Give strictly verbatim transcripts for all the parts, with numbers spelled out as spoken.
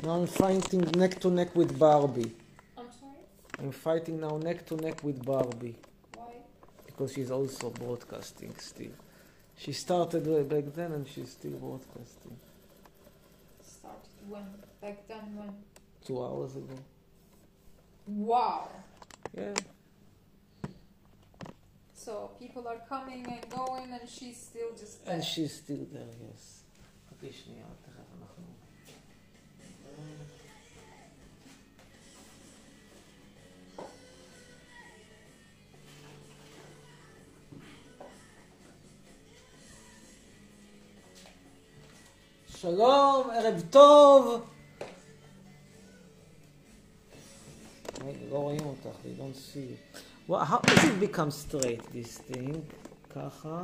Now I'm fighting neck to neck with Barbie. I'm sorry? I'm fighting now neck to neck with Barbie. Why? Because she's also broadcasting still. She started way back then and she's still broadcasting. Started when? Back then when? Two hours ago. Wow! Yeah. So people are coming and going and she's still just there. And she's still there, yes. חכי שנייה, תכף אנחנו... שלום, ערב טוב! לא רואים אותך, they don't see you. Well, how does it become straight, this thing? ככה.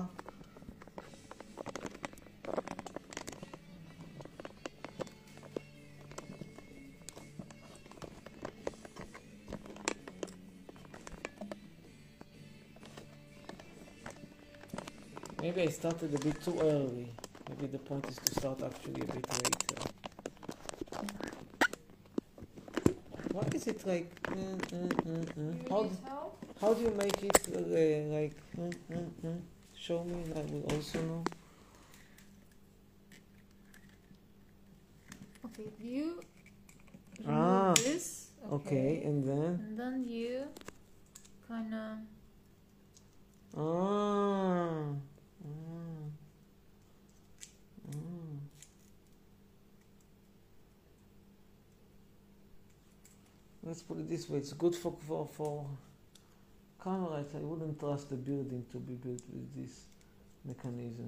Maybe I started a bit too early. Maybe the point is to start actually a bit later. Why is it like... Uh, uh, uh, uh? How, need help? how do you make it uh, like... Uh, uh, uh? Show me, I will also know. Okay, you remove Ah, this. Okay, and then... And then you kind of... Ah. Ah. Ah. Let's put it this way, it's good for, for, for camera. I wouldn't trust the building to be built with this mechanism.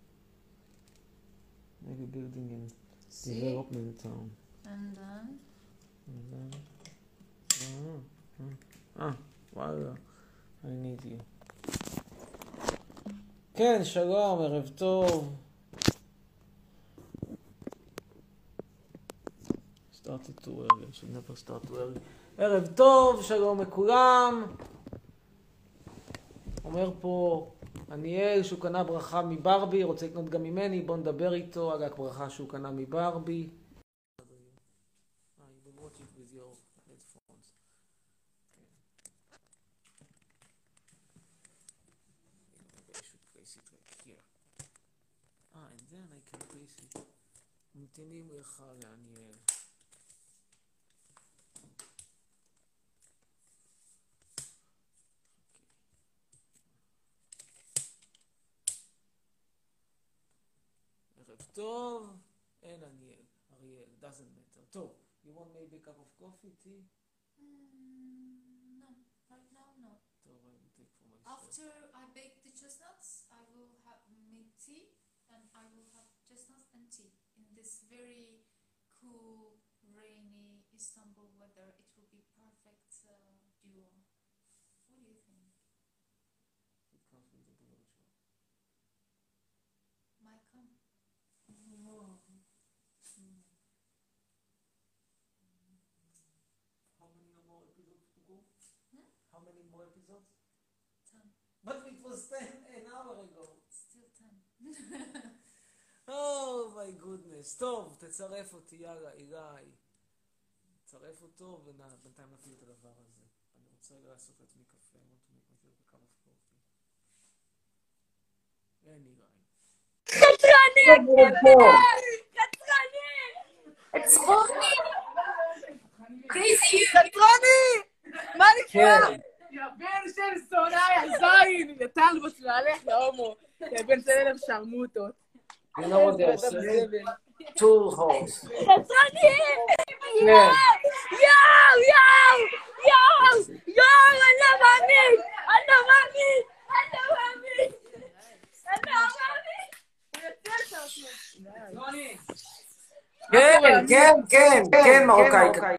Maybe building in See? development town. And then... And then... Ah, ah, ah, וואלה, I need you. כן, שלום, ערב טוב. Started too early, I should never start too early. ערב טוב, שלום לכולם. אומר פה עניאל שהוא קנה ברכה מברבי, רוצה לקנות גם ממני, בוא נדבר איתו על הברכה שהוא קנה מברבי. Ah, and then I can place it. ממתינים לך לעניאל. ערב טוב. אין עניאל. אריאל. doesn't matter. טוב. You want maybe a cup of coffee, tea? Mm, no, right now no. טוב, I will take for myself. After I bake the chestnuts, I will have make tea and I will have chestnuts and tea. In this very cool, rainy Istanbul weather, it will be perfect uh, duo. What do you think? It comes with the blowjob. Might come. Oh. Mm. How many more episodes to go? Hmm? How many more episodes? Ten. But it was ten an hour ago. Still ten. Oh my goodness. טוב, תצרף אותי, יאללה, אילי. תצרף אותו ובינתיים נפעיל את הדבר הזה. אני רוצה לעשות לעצמי קפה. I want to make myself a cup of coffee. אין אילי. חצרני! חצרני! חצרוני! חצרוני! מה נקרא? יא בן של שונאי הזין! יא טלבוש להלך להומו! יא בן של אלף שרמוטות! You know what they're saying? Two holes. חצרני! יואו! יואו! יואו! יואו! אני לא מאמין! אני לא מאמין! אני לא מאמין! אני לא מאמין! הוא יוצא אותנו! כן, כן, כן, כן, מרוקאי.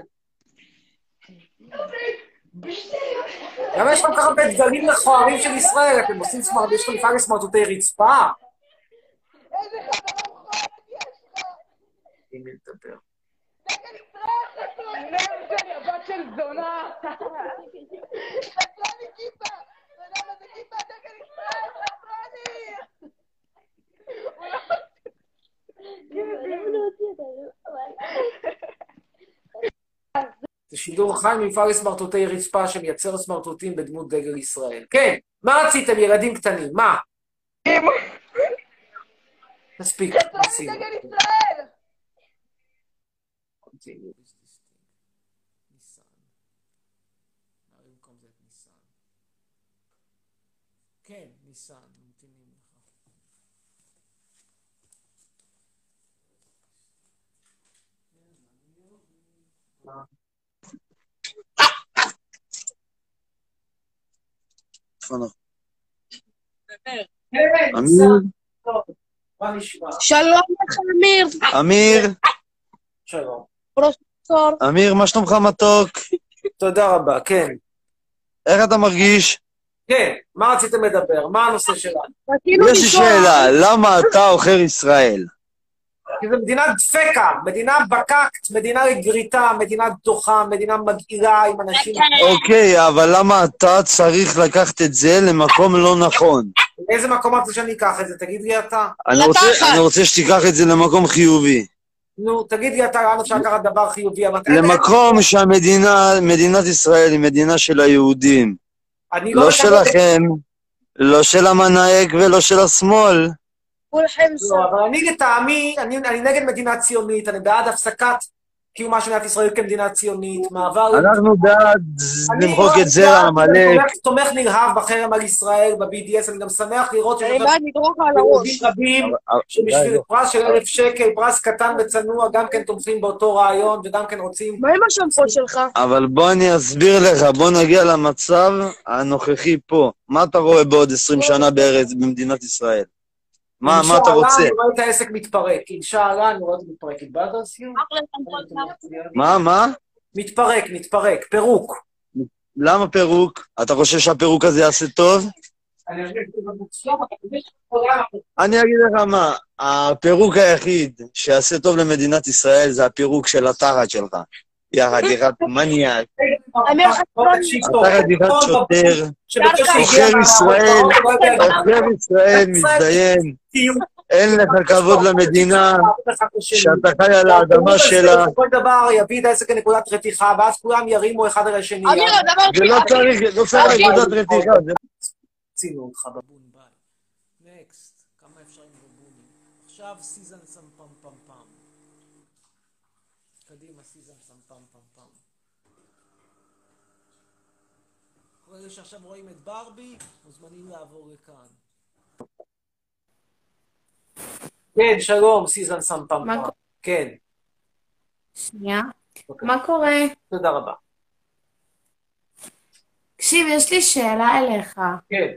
למה יש לכם ככה הרבה דגלים מכוערים של ישראל? אתם עושים סמרטוטי, יש לכם לפעמים סמרטוטי רצפה? איזה חבר מכוער יש לך! עם מי לדבר? דגל ישראל! חצרוני! הבת של זונה! חצרוני כיפה! אתה יודע מה זה כיפה? דגל ישראל! חצרוני! הוא לא... למה לא הוציא אותנו? שידור חי ממפעל לסמרטוטי רצפה שמייצר סמרטוטים בדמות דגל ישראל. כן, מה רציתם ילדים קטנים? מה? מספיק. שצריך דגל ישראל! ניסן. נערים במקום זה את ניסן. כן, ניסן, ממתינים לך. אמיר, מה נשמע? שלום לך, אמיר. אמיר, שלום. פרופסור. אמיר, מה שלומך מתוק? תודה רבה, כן. איך אתה מרגיש? כן, מה רציתם לדבר? מה הנושא שלנו? רצינו יש לי לשאול. שאלה, למה אתה עוכר ישראל? כי זו מדינה דפקה, מדינה בקקט, מדינה לגריטה, מדינה דוחה, מדינה מגעילה עם אנשים... אוקיי, אבל למה אתה צריך לקחת את זה למקום לא נכון? לאיזה מקום אתה שאני אקח את זה? תגיד לי אתה. אני רוצה, לקחת. אני רוצה שתיקח את זה למקום חיובי. נו, תגיד לי אתה, לאן אפשר לקחת דבר חיובי? אבל- למקום שהמדינה, מדינת ישראל היא מדינה של היהודים. אני לא מקבל- שלכם, לא של המנהיג ולא של השמאל. כולכם לא, שם. אבל אני לטעמי, אני, אני נגד מדינה ציונית, אני בעד הפסקת קיומה של מדינת ישראל כמדינה ציונית, מעבר... אנחנו בעד אני למחוק לא את זרע בעד, עמלק. אני תומך- תומך נלהב בחרם על ישראל, ב-בי די אס, אני גם שמח לראות שיש אני לכם בעד לדרוך על יהודים הראש. רבים שבשביל פרס של אלף שקל, פרס קטן וצנוע, גם כן תומכים באותו רעיון וגם כן רוצים... מה עם השמפו שלך? אבל בוא אני אסביר לך, בוא נגיע למצב הנוכחי פה. מה אתה רואה בעוד עשרים שנה בארץ במדינת ישראל? מה, מה אתה רוצה? אני רואה את העסק מתפרק, אינשאללה, אני רואה את זה מתפרק. איבדת על סיום? מה, מה? מתפרק, מתפרק, פירוק. למה פירוק? אתה חושב שהפירוק הזה יעשה טוב? אני חושב שזה מוצלח, אבל זה שקורה, אני אגיד לך מה, הפירוק היחיד שיעשה טוב למדינת ישראל זה הפירוק של התחת שלך. יא חתיכת מניאק, אמיר בוא תקשיב טוב. אתה חתיכת שוטר, שבקושי הגיע עוכר ישראל, מהעבודה, לא יודע, עוכר ישראל, מזדיין, אין לך כבוד למדינה, שאתה חי על האדמה שלה, כל דבר יביא את העסק לנקודת רתיחה, ואז כולם ירימו אחד על השני. אמיר, הדבר ולא צריך, לא צריך נקודת רתיחה. זה- צינו אותך בבון ביי. נקסט, כמה אפשר עם בבונים. עכשיו סיזן סם פם פם פם. קדימה סיזן סם פם פם פם. כל אלה שעכשיו רואים את ברבי, מוזמנים לעבור לכאן. כן, שלום, סיזן סם פם מה פם. קורה? כן, שנייה. אוקיי. מה קורה? תודה רבה. תקשיב, יש לי שאלה אליך. כן.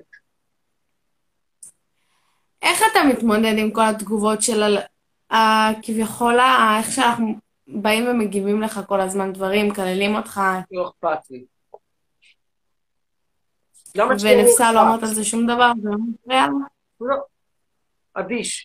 איך אתה מתמודד עם כל התגובות של ה- ה- כביכול, ה- איך שאנחנו באים ומגיבים לך כל הזמן דברים, מקללים אותך, לא אכפת לי. למה שתהיה לי ונפסל לא אכפת? אמרת על זה שום דבר, זה לא מפריע לך? לא. אדיש.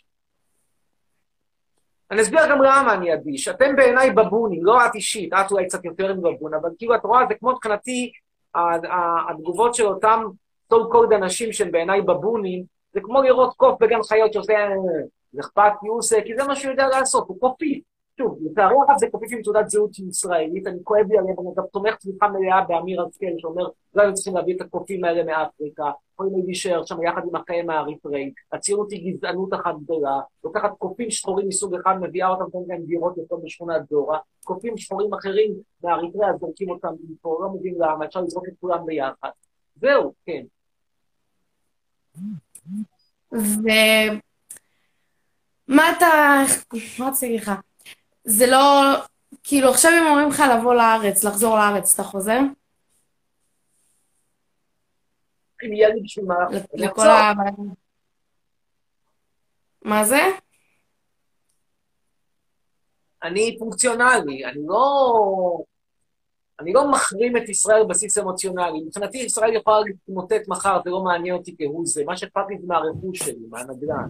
אני אסביר גם למה אני אדיש. אתם בעיניי בבונים, לא את אישית, את אולי קצת יותר מבבון, אבל כאילו את רואה, זה כמו מבחינתי, ה- ה- התגובות של אותם so called אנשים שהם בעיניי בבונים, זה כמו לראות קוף בגן חיות שעושה, "אה, זה אכפת לי, הוא עושה", כי זה מה שהוא יודע לעשות, הוא קופי. שוב, לצערי הרב זה קופיף עם תעודת זהות ישראלית, אני כואב לי עליהם, אני גם תומך תמיכה מלאה באמיר השכל, שאומר, לא היינו צריכים להביא את הקופים האלה מאפריקה, יכולים להישאר שם יחד עם החיים האריתראיים, הציונות היא גזענות אחת גדולה, לוקחת קופים שחורים מסוג אחד, מביאה אותם כאן גם דירות לכל בשכונת דורה, קופים שחורים אחרים מאריתריאה, זורקים אותם מפה, לא מבין למה, אפשר לזרוק את כולם ביחד. זהו, כן. ומה אתה, מה רציתי לך? זה לא, כאילו עכשיו אם אומרים לך לבוא לארץ, לחזור לארץ, אתה חוזר? אם יהיה לי בשביל מה... לכל ה... מה זה? אני פונקציונלי, אני לא... אני לא מחרים את ישראל בסיס אמוציונלי. מבחינתי ישראל יכולה להתמוטט מחר, זה לא מעניין אותי כהוא זה. מה שאכפת לי זה מהרכוש שלי, מהנדל"ן.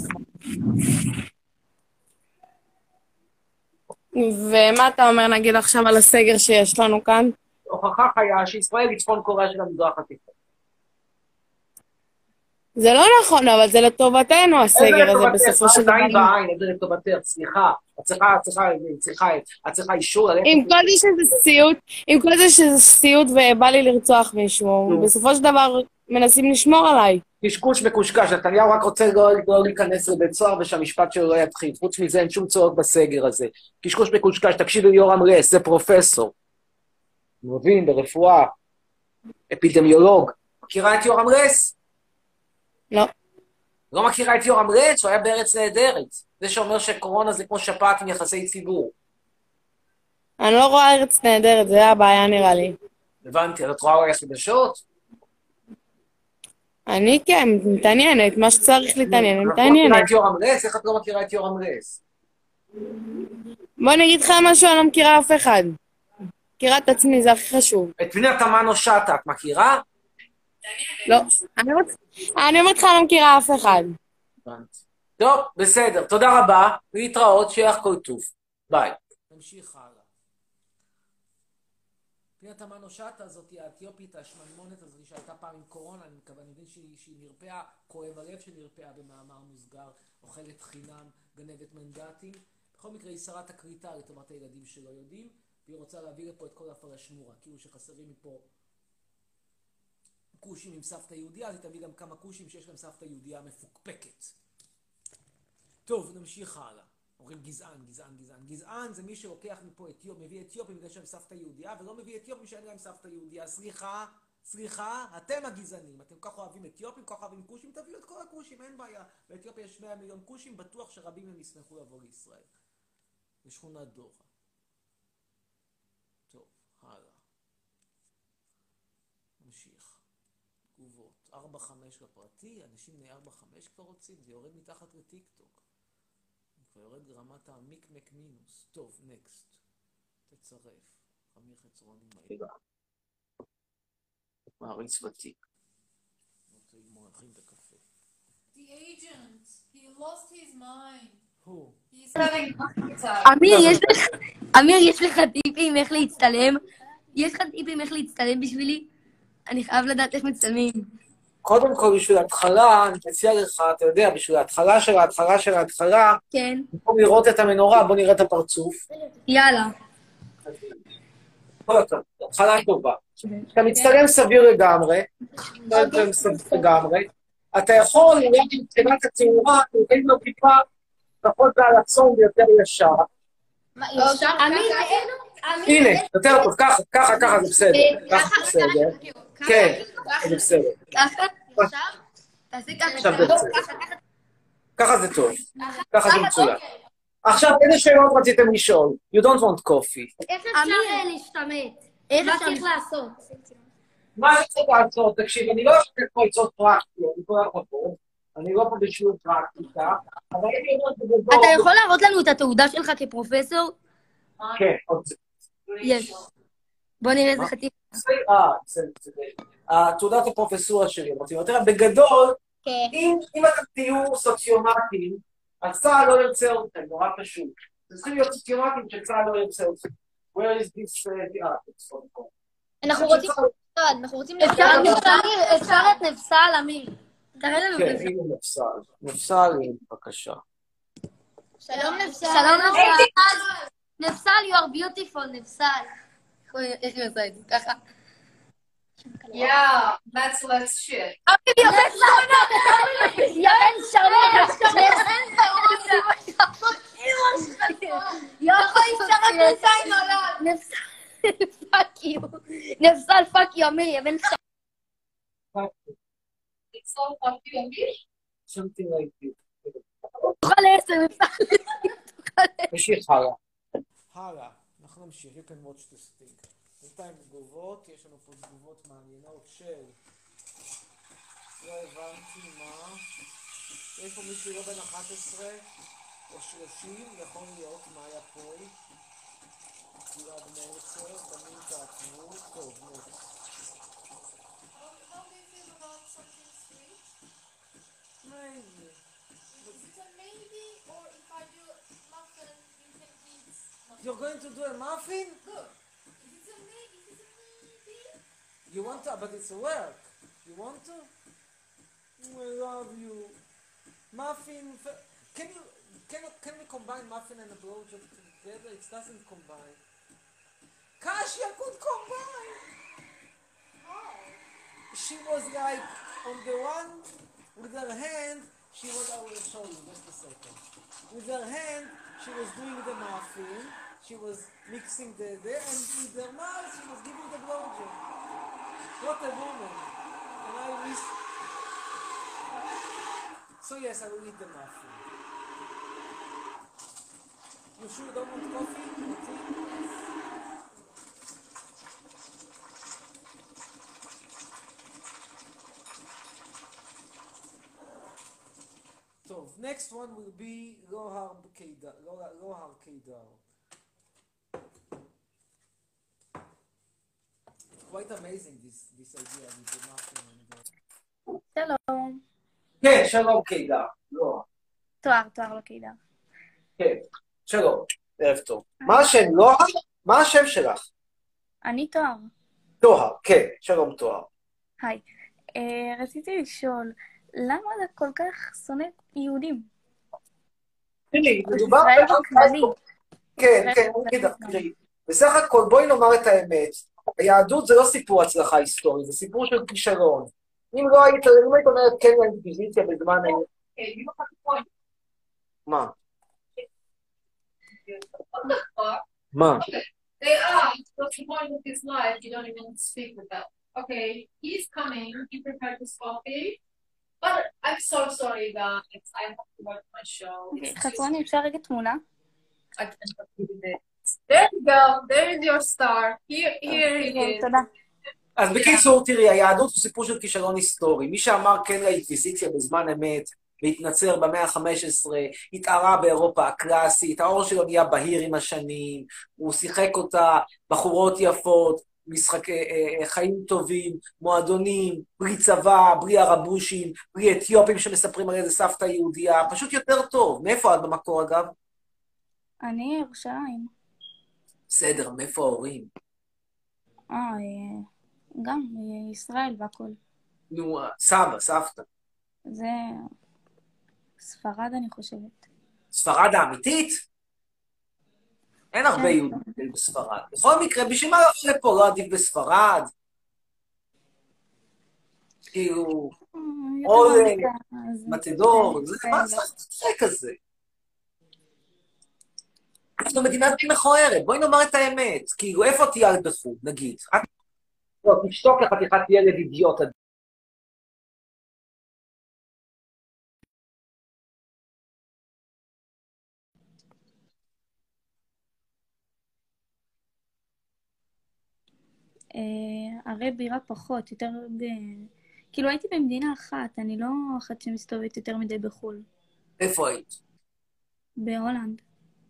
ומה אתה אומר נגיד עכשיו על הסגר שיש לנו כאן? הוכחה חיה שישראל היא צפון קוריאה של המזרח התיכון. זה לא נכון, אבל זה לטובתנו, איזה הסגר הזה, לטובתך? בסופו מה של את דבר. עין בעין, איזה לטובתך? סליחה. את צריכה, את צריכה, את צריכה, את צריכה אישור ללכת... עם כל זה שזה סיוט, עם כל זה שזה סיוט ובא לי לרצוח מישהו, נו. בסופו של דבר מנסים לשמור עליי. קשקוש מקושקש, נתניהו רק רוצה לא, לא להיכנס לבית סוהר ושהמשפט שלו לא יתחיל. חוץ מזה אין שום צורך בסגר הזה. קשקוש מקושקש, תקשיבי ליורם רס, זה פרופסור. מבין, ברפואה, אפידמיולוג. מכירה את יורם רס? לא. לא מכירה את יורם רס? הוא היה בארץ נהדרת. זה שאומר שקורונה זה כמו שפעת עם יחסי ציבור. אני לא רואה ארץ נהדרת, זה הבעיה נראה לי. הבנתי, אז את רואה אולי חדשות? אני כן, מתעניינת, מה שצריך להתעניין, אני את לא מכירה מתעניינת. את יורם רס? איך את לא מכירה את יורם רס? בוא אני אגיד לך משהו, אני לא מכירה אף אחד. מכירה את עצמי, זה הכי חשוב. את פנינה תמנו שטה, את מכירה? לא. אני אומרת- אני אומרת לך, אני לא מכירה אף אחד. הבנתי. טוב, בסדר, תודה רבה, להתראות, שיהיה לך כל טוב. ביי. נמשיך הלאה. פנינה תמנו שטה זאת האתיופית השמנמונת הזאת שהייתה פעם עם קורונה, אני מקווה, אני מבין שהיא, שהיא נרפאה, כואב הלב שנרפאה במאמר מוסגר, אוכלת חינם, גנבת מנדטים. בכל מקרה היא שרת הקליטה לטובת הילדים שלא יודעים, והיא רוצה להביא לפה את כל הפלשמורה, כאילו שחסרים מפה קושים עם סבתא יהודיה, אז היא תביא גם כמה קושים שיש להם סבתא יהודיה מפוקפקת. טוב, נמשיך הלאה. אומרים גזען, גזען, גזען. גזען זה מי שלוקח מפה אתיופ, מביא אתיופים בגלל שהם סבתא יהודיה, ולא מביא אתיופים שאין להם סבתא יהודיה. סליחה, סליחה, אתם הגזענים. אתם כך אוהבים אתיופים, כך אוהבים קושים, תביאו את כל הקושים, אין בעיה. באתיופיה יש מאה מיליון קושים, בטוח שרבים מהם ישמחו לבוא לישראל. לשכונת דוחה. טוב, הלאה. נמשיך. תגובות. ארבע חמש לפרטי, אנשים בני ארבע חמש כבר רוצים, זה יורד מתחת לטיק טוק. כבר יורד רמת המיקמק מינוס. טוב, נקסט. תצרף. חמיר חצרוני מהיר. מעריץ ותיק. רוצה לגמור להכין את הקפה. The agent, he lost his mind. הו. He's having heart attack. אמיר, יש לך, אמיר, יש לך טיפים איך להצטלם? יש לך טיפים איך להצטלם בשבילי? אני חייב לדעת איך מצטלמים. קודם כל, בשביל ההתחלה, אני מציע לך, אתה יודע, בשביל ההתחלה של ההתחלה של ההתחלה, כן. במקום לראות את המנורה, בוא נראה את הפרצוף. יאללה. כל הכבוד, התחלה טובה. אתה מצטלם סביר לגמרי, אתה מצטלם סביר לגמרי, אתה יכול לראות עם תחילת הצעורה, אתה נותן לו טיפה, פחות באלכסון ויותר ישר. אמיר, הנה, יותר טוב, ככה, ככה, ככה זה בסדר, ככה זה בסדר. כן, זה בסדר. ככה? עכשיו? תעשה ככה. עכשיו זה בסדר. ככה, ככה. ככה זה טוב, ככה זה מצוין. עכשיו, איזה שאלות רציתם לשאול? You don't want coffee. איך אפשר להשתמט? איך אפשר לעשות? מה שצריך לעשות, תקשיב, אני לא אשתף פה עצות פרקטיות, אני פה יכול, אני לא פה בשיעור פרקטיקה, אבל אני אומר בגדול... אתה יכול להראות לנו את התעודה שלך כפרופסור? כן, עוד זה. יש. בוא נראה איזה חצי. אה, בסדר, בסדר. תעודת הפרופסורה שלי, אמרתי, יותר בגדול, אם אתם תהיו סוציומטים, אז צה"ל לא ירצה אתכם, נורא פשוט. אתם צריכים להיות סוציומטים שצה"ל לא ירצה אתכם. Where is this... אנחנו רוצים... אנחנו רוצים... אפשר את נפסל, אמיר. תראה לנו כן, נפסל. הנה נפסל. נפסל, בבקשה. שלום נפסל. שלום נפסל. נפסל, you are beautiful, נפסל. איך היא עושה את זה? ככה. Yeah, that's less shit. אמיר, יבן שרונה! יבן שרונה! נפסל, פאק יו. נפסל, פאק יו, אמיר, יבן שרונה. It's so fucking English. Something like this. תוכל לעשר, נפסל. נמשיך הלאה. הלאה, אנחנו נמשיך, you can watch this thing. בינתיים תגובות, יש לנו פה תגובות מעניינות של... לא הבנתי מה... יש פה מישהו לא בן אחת עשרה או שלושים, יכול להיות מה היה פה. גלעד מרצר, תמיד תעצבו, טוב, נקס. How do you feel about something sweet? maybe. Is it a maybe, or if I do muffin, you can eat muffin? You're going to do a muffin? Good. If it's a maybe, if it's a maybe, You want to, but it's a work. You want to? I love you. Muffin, can you, can, can we combine muffin and a blowjob together? It doesn't combine. Kasia could combine! She was like, on the one, with her hand, she was, I will show you, just a second. With her hand, she was doing the muffin, she was mixing the, the and with her mouth, she was giving the blowjob. What a woman. And I wish... So yes, I will eat the muffin. You sure you don't want coffee or tea? So, next one will be Lohar Kedar. Lohar Kedar. Quite amazing this, this idea with the muffin and the... שלום. כן, שלום קידר. לא. תואר, תואר לא קידר. כן, שלום. ערב טוב. מה השם? לא? מה השם שלך? אני תואר. תואר, כן. שלום תואר. היי. אה, רציתי לשאול, למה אתה כל כך שונא יהודים? תראי, מדובר... ישראל בכללי. כן, כן, נגיד, תראי. בסך הכל, בואי נאמר את האמת. היהדות זה לא סיפור הצלחה היסטורי, זה סיפור של כישלון. אם לא היית, אם היית אומרת כן לאינקוויזיציה בזמן... מה? מה? They ask, what's the point of his life? You don't even speak with them. Okay, he's coming, he prepared his coffee, but I'm so sorry guys, I have to watch my show. חצרוני, אפשר רגע תמונה? I can't believe it. There you go, there is your star. Here, here he is. תודה. אז בקיצור, תראי, היהדות הוא סיפור של כישלון היסטורי. מי שאמר כן לאינקוויזיציה בזמן אמת, והתנצר במאה ה-חמש עשרה, התערה באירופה הקלאסית, האור שלו נהיה בהיר עם השנים, הוא שיחק אותה, בחורות יפות, משחק, חיים טובים, מועדונים, בלי צבא, בלי הרבושים, בלי אתיופים שמספרים על איזה סבתא יהודייה, פשוט יותר טוב. מאיפה את במקור אגב? אני ירושלים. בסדר, מאיפה ההורים? אה, גם ישראל והכל. נו, סבא, סבתא. זה ספרד אני חושבת. ספרד האמיתית? אין הרבה יהודים בספרד. בכל מקרה, בשביל מה לא לפה? לא עדיף בספרד? כאילו, אולן, מתדור, זה מה זה כזה? אנחנו מדינה די מכוערת, בואי נאמר את האמת. כאילו, איפה תהיה בחו"ל, נגיד? לא, תשתוק לחתיכת ילד אידיוט. הרי בירה פחות, יותר ב... כאילו הייתי במדינה אחת, אני לא אחת שמסתובבת יותר מדי בחו"ל. איפה היית? בהולנד.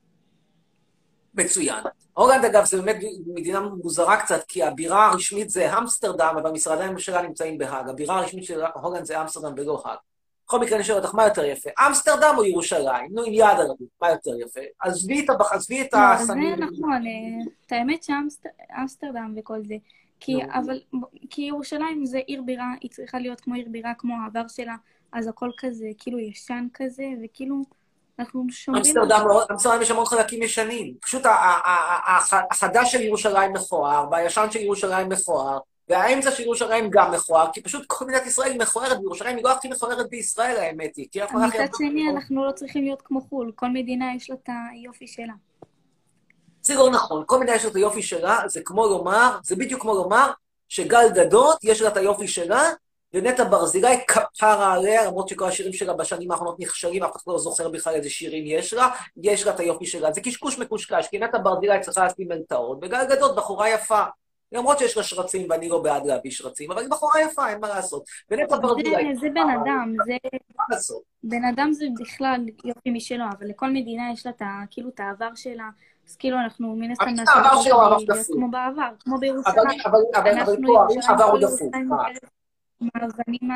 מצוין. הולנד אגב זה באמת מדינה מוזרה קצת, כי הבירה הרשמית זה אמסטרדם, אבל משרדי הממשלה נמצאים בהאג. הבירה הרשמית של הולנד זה אמסטרדם ולא האג. בכל מקרה אני שואל אותך, מה יותר יפה? אמסטרדם או ירושלים? נו, עם יד ערבית, מה יותר יפה? עזבי את הסמים. זה נכון, את האמת שאמסטרדם וכל זה. כי ירושלים זה עיר בירה, היא צריכה להיות כמו עיר בירה, כמו העבר שלה, אז הכל כזה, כאילו ישן כזה, וכאילו אנחנו שומרים... אמסטרדם יש המון חלקים ישנים. פשוט החדש של ירושלים מכוער, והישן של ירושלים מכוער, והאמצע של ירושלים גם מכוער, כי פשוט כל מדינת ישראל מכוערת, וירושלים היא לא הכי מכוערת בישראל, האמת היא. מצד שני, אנחנו לא צריכים להיות כמו חול, כל מדינה יש לה את היופי שלה. זה לא נכון, כל מדינה יש לה את היופי שלה, זה כמו לומר, זה בדיוק כמו לומר, שגל גדות יש לה את היופי שלה, ונטע ברזילי כפרה עליה, למרות שכל השירים שלה בשנים האחרונות נכשלים, אף אחד לא זוכר בכלל איזה שירים יש לה, יש לה את היופי שלה. זה קשקוש מקושקש, כי נטע ברזילי צריכה לשים מלטעות, וגל גדות בחורה יפה. למרות שיש לה שרצים, ואני לא בעד להביא שרצים, אבל היא בחורה יפה, אין מה לעשות. ונטע ברזילי... זה בן אדם, זה... בן אדם זה בכלל יופי משלו, אבל לכל מדינה יש לה כאילו את העבר שלה, אז כאילו אנחנו מן הסתם נעשה... העבר שלו עבר דפוק. כמו בעבר, כמו בירושלים. אבל פה העבר הוא דפוק. מהאבנים ה...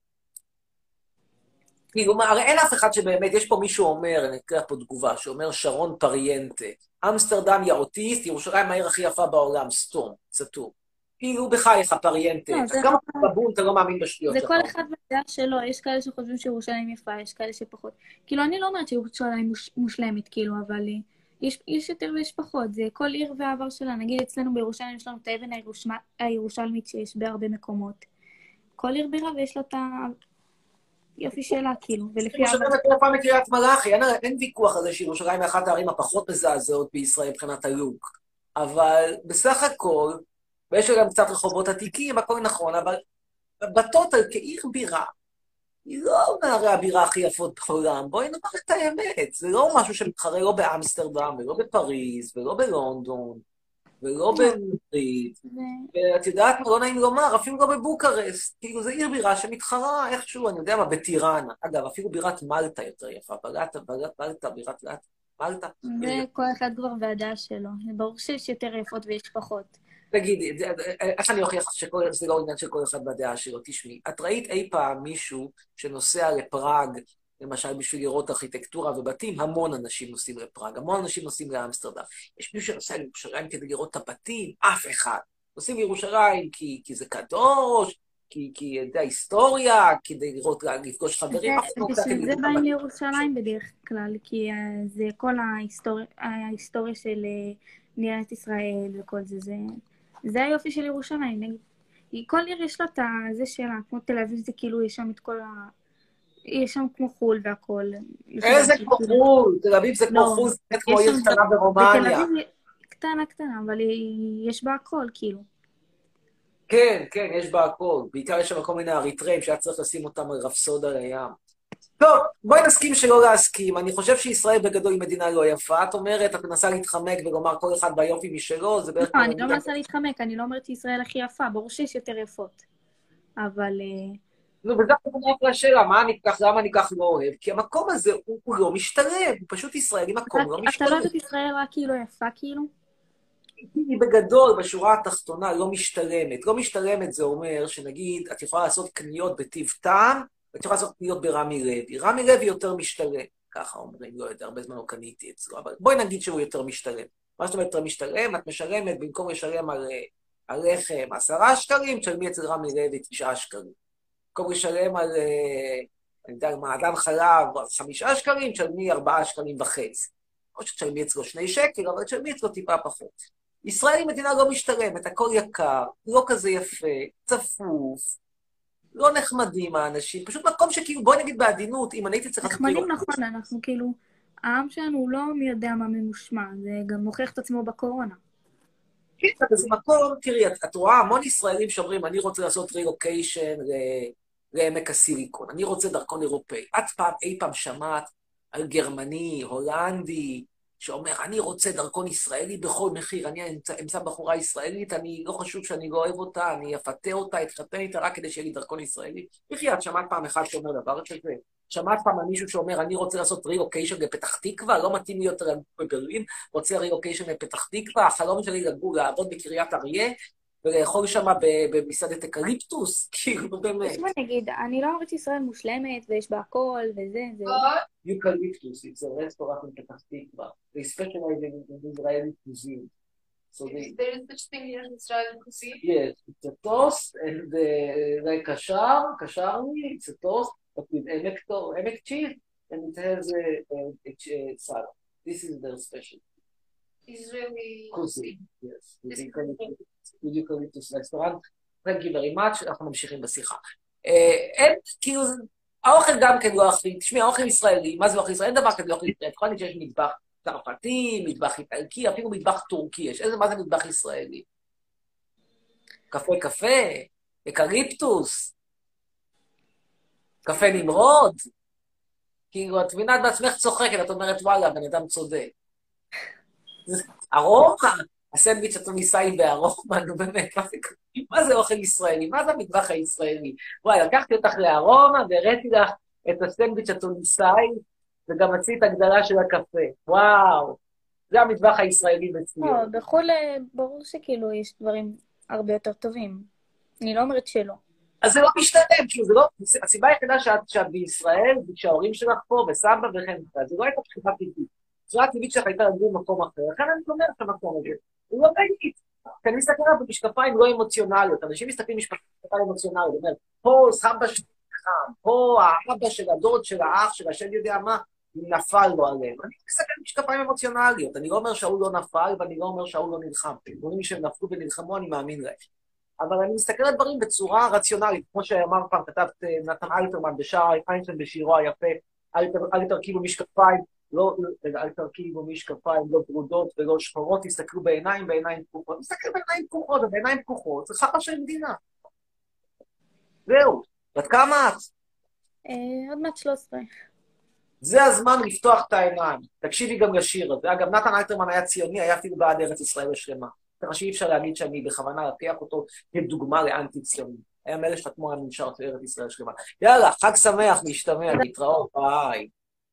כאילו, הרי אין אף אחד שבאמת, יש פה מישהו אומר, אני אקרא פה תגובה, שאומר שרון פריאנטה, אמסטרדם היא אוטיסט, ירושלים העיר הכי יפה בעולם, סתום, סתום. כאילו בחייך פריינטה. לא, זה גם כל- בבון אתה לא מאמין בשטויות זה שלך. כל אחד בדעה שלו, יש כאלה שחושבים שירושלים יפה, יש כאלה שפחות. כאילו, אני לא אומרת שירושלים מוש, מושלמת, כאילו, אבל אה, יש, יש יותר ויש פחות. זה כל עיר והעבר שלה. נגיד, אצלנו בירושלים יש לנו את האבן הירושמ- הירושלמית שיש בהרבה מקומות. כל עיר בירה ויש לה את היופי שלה, כאילו, ולפי העבר. ירושלים יותר יפה מקריית מלאכי, אין, אין ויכוח על זה שירושלים היא אחת הערים הפחות מזעזעות בישראל מבחינת הלוק. אבל בסך הכל, ויש לה גם קצת רחובות עתיקים, הכל נכון, אבל בטוטל כעיר בירה, היא לא מערי הבירה הכי יפות בעולם. בואי נאמר את האמת, זה לא משהו שמתחרה לא באמסטרדם, ולא בפריז, ולא בלונדון, ולא במדריד. ו- ואת יודעת מה, לא נעים לומר, אפילו לא בבוקרסט. כאילו, זו עיר בירה שמתחרה איכשהו, אני יודע מה, בטיראנה. אגב, אפילו בירת מלטה יותר יפה. בירת, בירת מלטה, בירת מלטה, מלטה. וכל אחד כבר והדעה שלו. זה ברור שיש יותר יפות ויש פחות. תגידי, זה- איך אני אוכיח שזה לא עניין של כל אחד בדעה שלו? תשמעי, את ראית אי פעם מישהו שנוסע לפראג, למשל בשביל לראות ארכיטקטורה ובתים? המון אנשים נוסעים לפראג, המון אנשים נוסעים לאמסטרדם. יש מישהו שנוסע לירושלים כדי לראות את הבתים? אף אחד. נוסעים לירושלים כי, כי זה קדוש, כי, כי זה ההיסטוריה, כדי לראות, לפגוש חברים. אף אחד לא נוסע כדי בשביל זה לראות את באים הבתים. לירושלים בדרך כלל, כי אה, זה כל ההיסטוריה, ההיסטוריה של אה, מדינת ישראל וכל זה, זה, זה היופי של ירושלים. נגיד. היא- כל עיר יש לה את זה שלה, כמו תל אביב זה כאילו, יש שם את כל ה... יש שם כמו חול והכל. איזה כאילו- כמו חו"ל? תל אביב זה כמו לא, חו"ל, זה באמת כמו יש עיר שם- קטנה בתל ברומניה. אביב היא קטנה קטנה, אבל היא- יש בה הכל, כאילו. כן, כן, יש בה הכל. בעיקר יש שם כל מיני אריתראים שהיה צריך לשים אותם על רפסודה לים. טוב, בואי נסכים שלא להסכים. אני חושב שישראל בגדול היא מדינה לא יפה. את אומרת, את מנסה להתחמק ולומר כל אחד ביופי משלו, זה בערך... לא, אני לא מנסה להתחמק, אני לא אומרת שישראל הכי יפה, ברור שיש יותר יפות. אבל... אה, נו, וזה הכוונה אחרי השאלה, מה אני אקח, למה אני כך לא אוהב? כי המקום הזה הוא, הוא לא משתלם, הוא פשוט ישראלי מקום לא אתה משתלם. לא אוהב את ישראל רק כאילו יפה, כאילו? היא בגדול, בשורה התחתונה, לא משתלמת. לא משתלמת זה אומר שנגיד, את יכולה לעשות קניות בטיב טעם, ואת יכולה לעשות קניות ברמי לוי. רמי לוי יותר משתלם, ככה אומרים, לא יודע, הרבה זמן לא קניתי אצלו, אבל בואי נגיד שהוא יותר משתלם. מה זאת אומרת יותר משתלם? את משלמת, במקום לשלם על, על לחם עשרה שקלים, תשלמי אצל רמי לוי תשעה שקלים. במקום לשלם על, אני יודע, מעדן חלב חמישה שקלים, תשלמי ארבעה שקלים וחצי. או שתשלמי אצלו שני שקל, אבל תשלמי אצלו טיפה פחות. ישראל היא מדינה לא משתלמת, הכל יקר, לא כזה יפה, צפוף, לא נחמדים האנשים, פשוט מקום שכאילו, בואי נגיד בעדינות, אם אני הייתי צריך... נחמדים נכון, אנחנו כאילו... העם שלנו הוא לא מי יודע מה ממושמע, זה גם מוכיח את עצמו בקורונה. כן, זה מקום, תראי, את, את רואה המון ישראלים שאומרים, אני רוצה לעשות רילוקיישן לעמק הסיליקון, אני רוצה דרכון אירופאי. את פעם, אי פעם שמעת על גרמני, הולנדי, שאומר, אני רוצה דרכון ישראלי בכל מחיר, אני אמצא, אמצא בחורה ישראלית, אני לא חשוב שאני לא אוהב אותה, אני אפתה אותה, אתחתן איתה רק כדי שיהיה לי דרכון ישראלי. איך את שמעת פעם אחד שאומר דבר כזה? שמעת פעם על מישהו שאומר, אני רוצה לעשות רילוקיישן לפתח תקווה, לא מתאים לי יותר בברלין, רוצה רילוקיישן לפתח תקווה, החלום שלי לגור, לעבוד בקריית אריה, ולאכול שם במסעדת אקליפטוס, כאילו באמת. תשמע, נגיד, אני לא אומרת ישראל מושלמת, ויש בה הכל, וזה, זה... Eucalyptus, it's a restaurant in Petah Tikva. They specialize in, in Israeli cuisine. So they, There is such thing as Israeli cuisine. yes, it's a toast and uh, like kashar, kasharni, it's a toast, but with emek, to- emek cheese, and it has a, a, a, a salad. This is their special Israeli cuisine. Yes, with This is eucalyptus, with eucalyptus restaurant. Thank you very much, אנחנו ממשיכים בשיחה. אה, אין, כאילו, האוכל גם כן לא הכי, תשמעי, האוכל ישראלי, מה זה אוכל ישראלי? אין דבר כזה אוכל ישראלי. יכול להיות שיש מטבח צרפתי, מטבח איטלקי, אפילו מטבח טורקי, יש איזה, מה זה מטבח ישראלי? קפה קפה, אקליפטוס, קפה נמרוד, כאילו, את מבינה, את בעצמך צוחקת, את אומרת, וואלה, בן אדם צודק. ארומה, הסנדוויץ' התוניסאי בארומה, נו באמת, מה זה, מה זה אוכל ישראלי? מה זה המטבח הישראלי? וואי, לקחתי אותך לארומה והראיתי לך את הסנדוויץ' התוניסאי, וגם עשית הגדלה של הקפה. וואו, זה המטבח הישראלי לא, בציון. בחו"ל אה, ברור שכאילו יש דברים הרבה יותר טובים. אני לא אומרת שלא. אז זה לא משתלם, כאילו, זה לא, הסיבה היחידה שאת, שאת בישראל, שההורים שלך פה, וסבא וכן, זה לא הייתה בחירה טבעית. בחירה טבעית שלך הייתה לגור במקום אחר, לכן אני אומר את המקום הזה. הוא לא נגיד, כי אני מסתכל עליו במשקפיים לא אמוציונליות, אנשים מסתכלים במשקפיים אמוציונליות, אומר, פה סבא שלי חם, פה האבא של הדוד של האח של השם יודע מה, נפל לו עליהם. אני מסתכל במשקפיים אמוציונליות, אני לא אומר שההוא לא נפל, ואני לא אומר שההוא לא נלחם. אומרים שהם נפלו ונלחמו, אני מאמין להם. אבל אני מסתכל על דברים בצורה רציונלית, כמו שאמר פעם, כתבת נתן אלתרמן בשער איינשטיין בשירו היפה, אל תרכיבו משקפיים, לא, אל תרכיבו משקפיים, לא ברודות ולא שחורות, תסתכלו בעיניים, בעיניים פקוחות. תסתכל בעיניים פקוחות, ובעיניים פקוחות, זה חפה של מדינה. זהו, בת כמה את? עוד מעט שלוש עשרה. זה הזמן לפתוח את העיניים. תקשיבי גם לשיר הזה. אגב, נתן אלתרמן היה ציוני, היה אפילו בעד ארץ ישראל השלמה. ככה שאי אפשר להגיד שאני בכוונה לקח אותו כדוגמה לאנטי-ציוני. היה מאלה שחתמו על מנשר ארץ ישראל השלמה. יאללה, חג שמח, להשתמע, להתראות, ביי.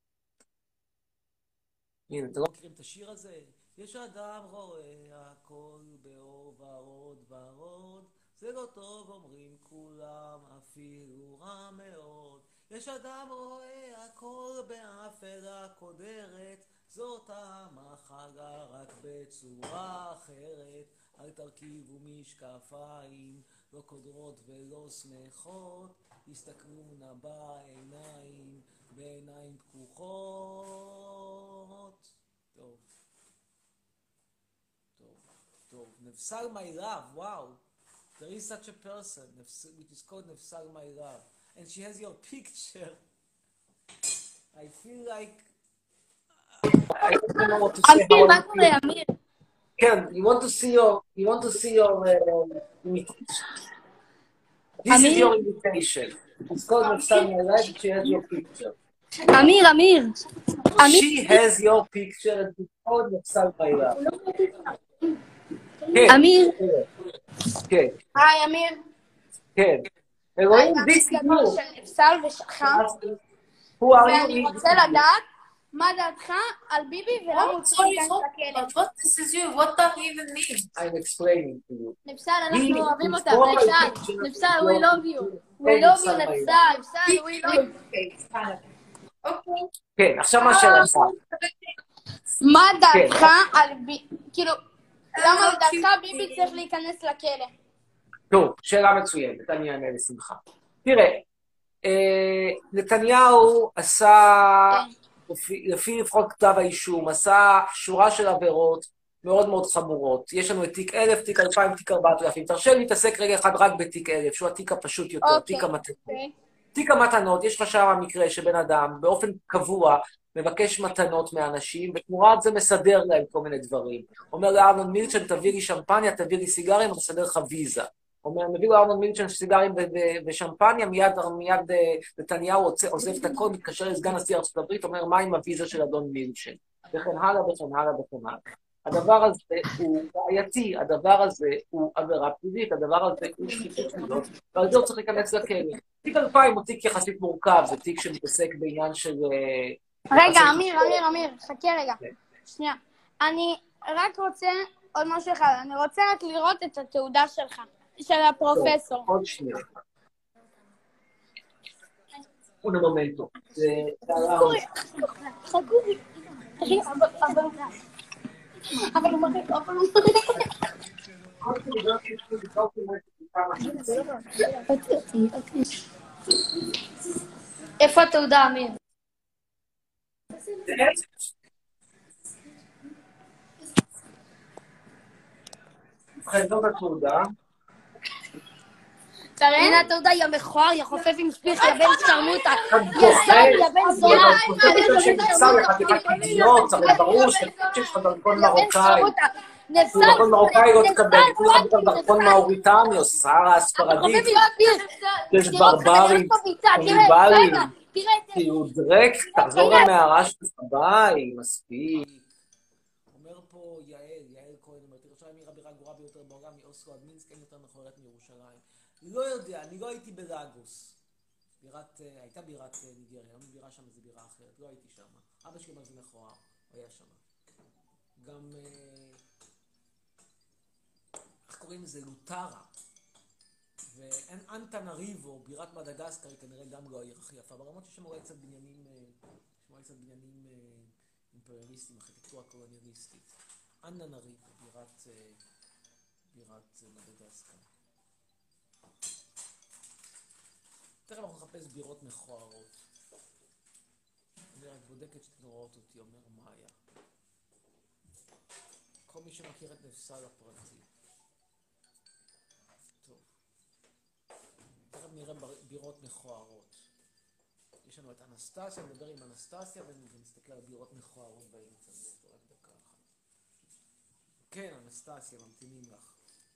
הנה, אתם לא מכירים את השיר הזה? יש אדם רואה הכל באור ורוד ורוד, זה לא טוב אומרים כולם, אפילו רע מאוד. יש אדם רואה הכל באפלה קודרת, זאת המחלה רק בצורה אחרת. אל תרכיבו משקפיים, לא קודרות ולא שמחות, תסתכלו נא בעיניים, בעיניים פקוחות. טוב, טוב, טוב. נפסל my love, wow. There is such a person, which is called נפסל my love. And she has your picture. I feel like... I don't know what to say. אמיר, מה קורה, אמיר? כן, you want to see your... You want to see your... Uh, invitation. This is your invitation. It's called נפסל my life, she has your picture. אמיר, אמיר. She has your picture and it's called נפסל my life. כן. אמיר. כן. היי, אמיר. כן. אלוהים, this is גדול you. של נפסל ושחם, Who are ואני you? רוצה לדעת מה דעתך על ביבי ולמה הוא צריך להיכנס לכלא. But what this is you? What that even means? I'm explaining to you. נפסל, אנחנו He- אוהבים he's אותך, all נפסל, attention נפסל, to we your- love you. We Hey, love you, נפסל, נפסל, נפסל, we love you. Okay, it's kind of... Okay. כן, עכשיו מה השאלה שלך? מה דעתך על ביבי, כאילו, למה לדעתך ביבי צריך להיכנס לכלא? טוב, שאלה מצוינת, אני אענה לשמחה. תראה, אה, נתניהו עשה, לפי, לפי לפחות כתב האישום, עשה שורה של עבירות מאוד מאוד חמורות. יש לנו את תיק אלף, תיק אלפיים, תיק ארבעת אלפים. תרשה לי להתעסק רגע אחד רק בתיק אלף, שהוא התיק הפשוט יותר, אוקיי. תיק המתנות. אוקיי. תיק המתנות, יש לך שם מקרה שבן אדם באופן קבוע מבקש מתנות מאנשים, ותמורת זה מסדר להם כל מיני דברים. אומר לארנון מילצ'ן, תביא לי שמפניה, תביא לי סיגרים, אני מסדר לך ויזה. אומר, מביא לארנון מילצ'ן סיגרים ו- ו- ושמפניה, מיד, מיד אה, נתניהו עוצ- עוזב את הכל, מתקשר לסגן נשיא ארצות הברית, אומר, מה עם הוויזה של אדון מילצ'ן? וכן הלאה וכן הלאה וכן הלאה. הדבר הזה הוא בעייתי, הדבר הזה הוא עבירה פלילית, הדבר הזה הוא שחיתות שלו, ועל זה הוא צריך להיכנס לכלא. תיק אלפיים הוא תיק יחסית מורכב, זה תיק שמתעסק בעניין של... רגע, אמיר, אמיר, אמיר, חכה רגע. שנייה. אני רק רוצה עוד משהו אחד, אני רוצה רק לראות את התעודה שלך, של הפרופסור. עוד שנייה. un momento. Eh, חכו לי. אבל... אבל הוא מראה, אבל הוא מראה. איפה התעודה, אמיר? זאת התעודה. הנה התעודה, יא מכוער, יא חופף עם שפיך, יא בן שרמוטה. יא שר, יא בן זונה. זה ברור שיש לך דרכון מרוקאי. נפסל, דרכון מרוקאי לא תקבל, כולך דרכון מאוריטני או שרה הספרדית. יש ברברים, קוניבלים, תיעודרק, תחזור למערה שלך, ביי, מספיק. אומר פה יעל, יעל כהן, אומרת, ירושלים היא הבירה הגרועה ביותר בעולם, מאוסלו עד מינסק, אין יותר מכוערת מירושלים. לא יודע, אני לא הייתי בלאגוס. בירת, הייתה בירת ניגריה, היום בירה שם איזה בירה אחרת, לא הייתי שם. אבא שלי אומר זה מכוער, הוא היה שם. גם, איך קוראים לזה? לוטרה. ואנטנריבו, בירת מדגסקר, היא כנראה גם לא העיר הכי יפה, ברמות ששם רואה קצת בניינים, שמורה קצת בניינים אימפריאליסטיים, ארכיטקטורה קולוניאליסטית. אנטנריבו, בירת בירת מדגסקר. תכף אנחנו נחפש בירות מכוערות. אני רק בודקת שאתם רואות אותי, אומר מאיה. כל מי שמכיר את נפסל הפרטי. טוב. תכף נראה בירות מכוערות. יש לנו את אנסטסיה, נדבר עם אנסטסיה ונסתכל על בירות מכוערות באינטרנט. רק דקה אחת. כן, אנסטסיה, ממתינים לך.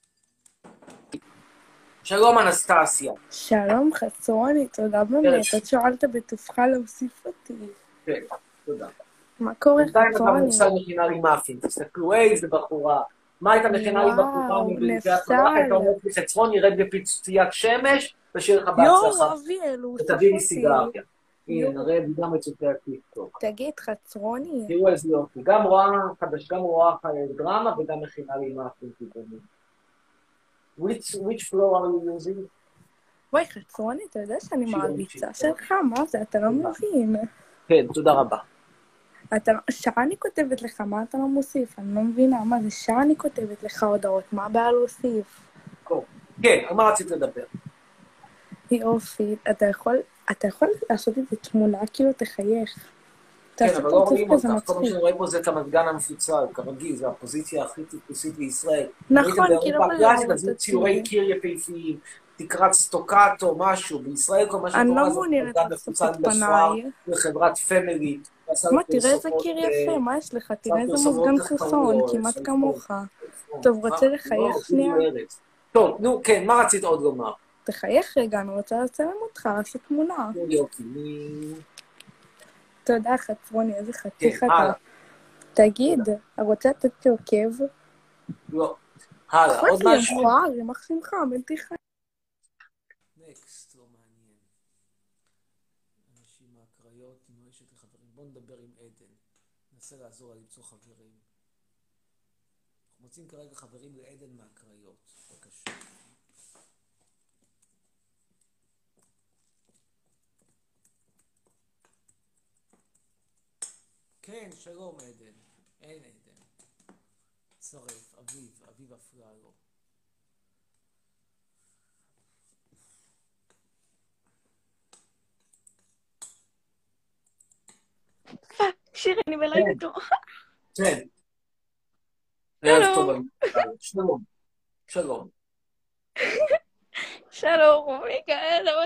שלום אנסטסיה. שלום חצרוני, תודה באמת, את שואלת בטובך להוסיף אותי. כן, תודה. מה קורה בינתיים אתה חצרוני? מוסד מכינה לי מאפין, תסתכלו איזה בחורה. מה הייתה מכינה לי בחורה? וואו, מבלתי נפסל. התורה? הייתה אומרת לי חצרוני, רד בפיצוציית שמש, ושיהיה לך יואו, בהצלחה. אביאל, הוא הוסיף ותביא לי אותי. סיגריה. הנה, יואו. נראה גם את סרטי הטיקטוק. תגיד, חצרוני, תראו איזה יופי. גם רואה חדש, גם רואה דרמה וגם מכינה לי מאפין טבעוני. Which which floor are you using? וואי חצרוני, אתה יודע שאני שירה מעריצה אישית. שלך, מה זה, אתה לא מבין. כן, תודה רבה. אתה, שעה אני כותבת לך, מה אתה לא מוסיף? אני לא מבינה, מה זה, שעה אני כותבת לך הודעות, מה הבעיה להוסיף? כן, על מה רצית לדבר? יופי, אתה יכול, אתה יכול לעשות את זה תמונה, כאילו תחייך. כן, תעשה אבל לא פרצוף רואים כזה אותך. כל מה מצחיק. שאני רואה פה זה את המזגן המפוצל, כרגיל, זו הפוזיציה הכי טיפוסית בישראל. נכון, ראיתם כאילו באירופה בלהות הקלאסית, אז יהיו אותי. ציורי קיר יפהפיים, תקרת סטוקטו, משהו. בישראל כל מה אני שקורה לא זה מעוניינת מזגן לחשוף מפוצל את בסואר, פניי. וחברת פמילי. מה, תראה איזה קיר יפה, מה יש לך? תראה איזה מזגן חסון, כמעט כמוך. טוב, רוצה לחייך שנייה? טוב, נו, כן, מה רצית עוד לומר? תחייך רגע, אני רוצה לצלם אותך, לעשות תמונה. יופי. תודה, חצרוני, איזה חתיך כן, אתה. הלאה. תגיד, רוצה לתת לי עוקב? לא. הלאה, עוד אכפת לי, משהו? מכוער, ימח שמך, בלתי חי. נקסט, לא מעניין. אנשים מהקריות, אם יש לי חברים. בואו נדבר עם עדן. ננסה לעזור לה למצוא חברים. אנחנו מוצאים כרגע חברים לעדן מהקריות. בבקשה. כן, שלום עדן. אין עדן. צרף, אביב, אביב אפללו. שיר, אני בלייב איתו. כן. ערב טוב. שלום. שלום. שלום, מיכאל, אבל...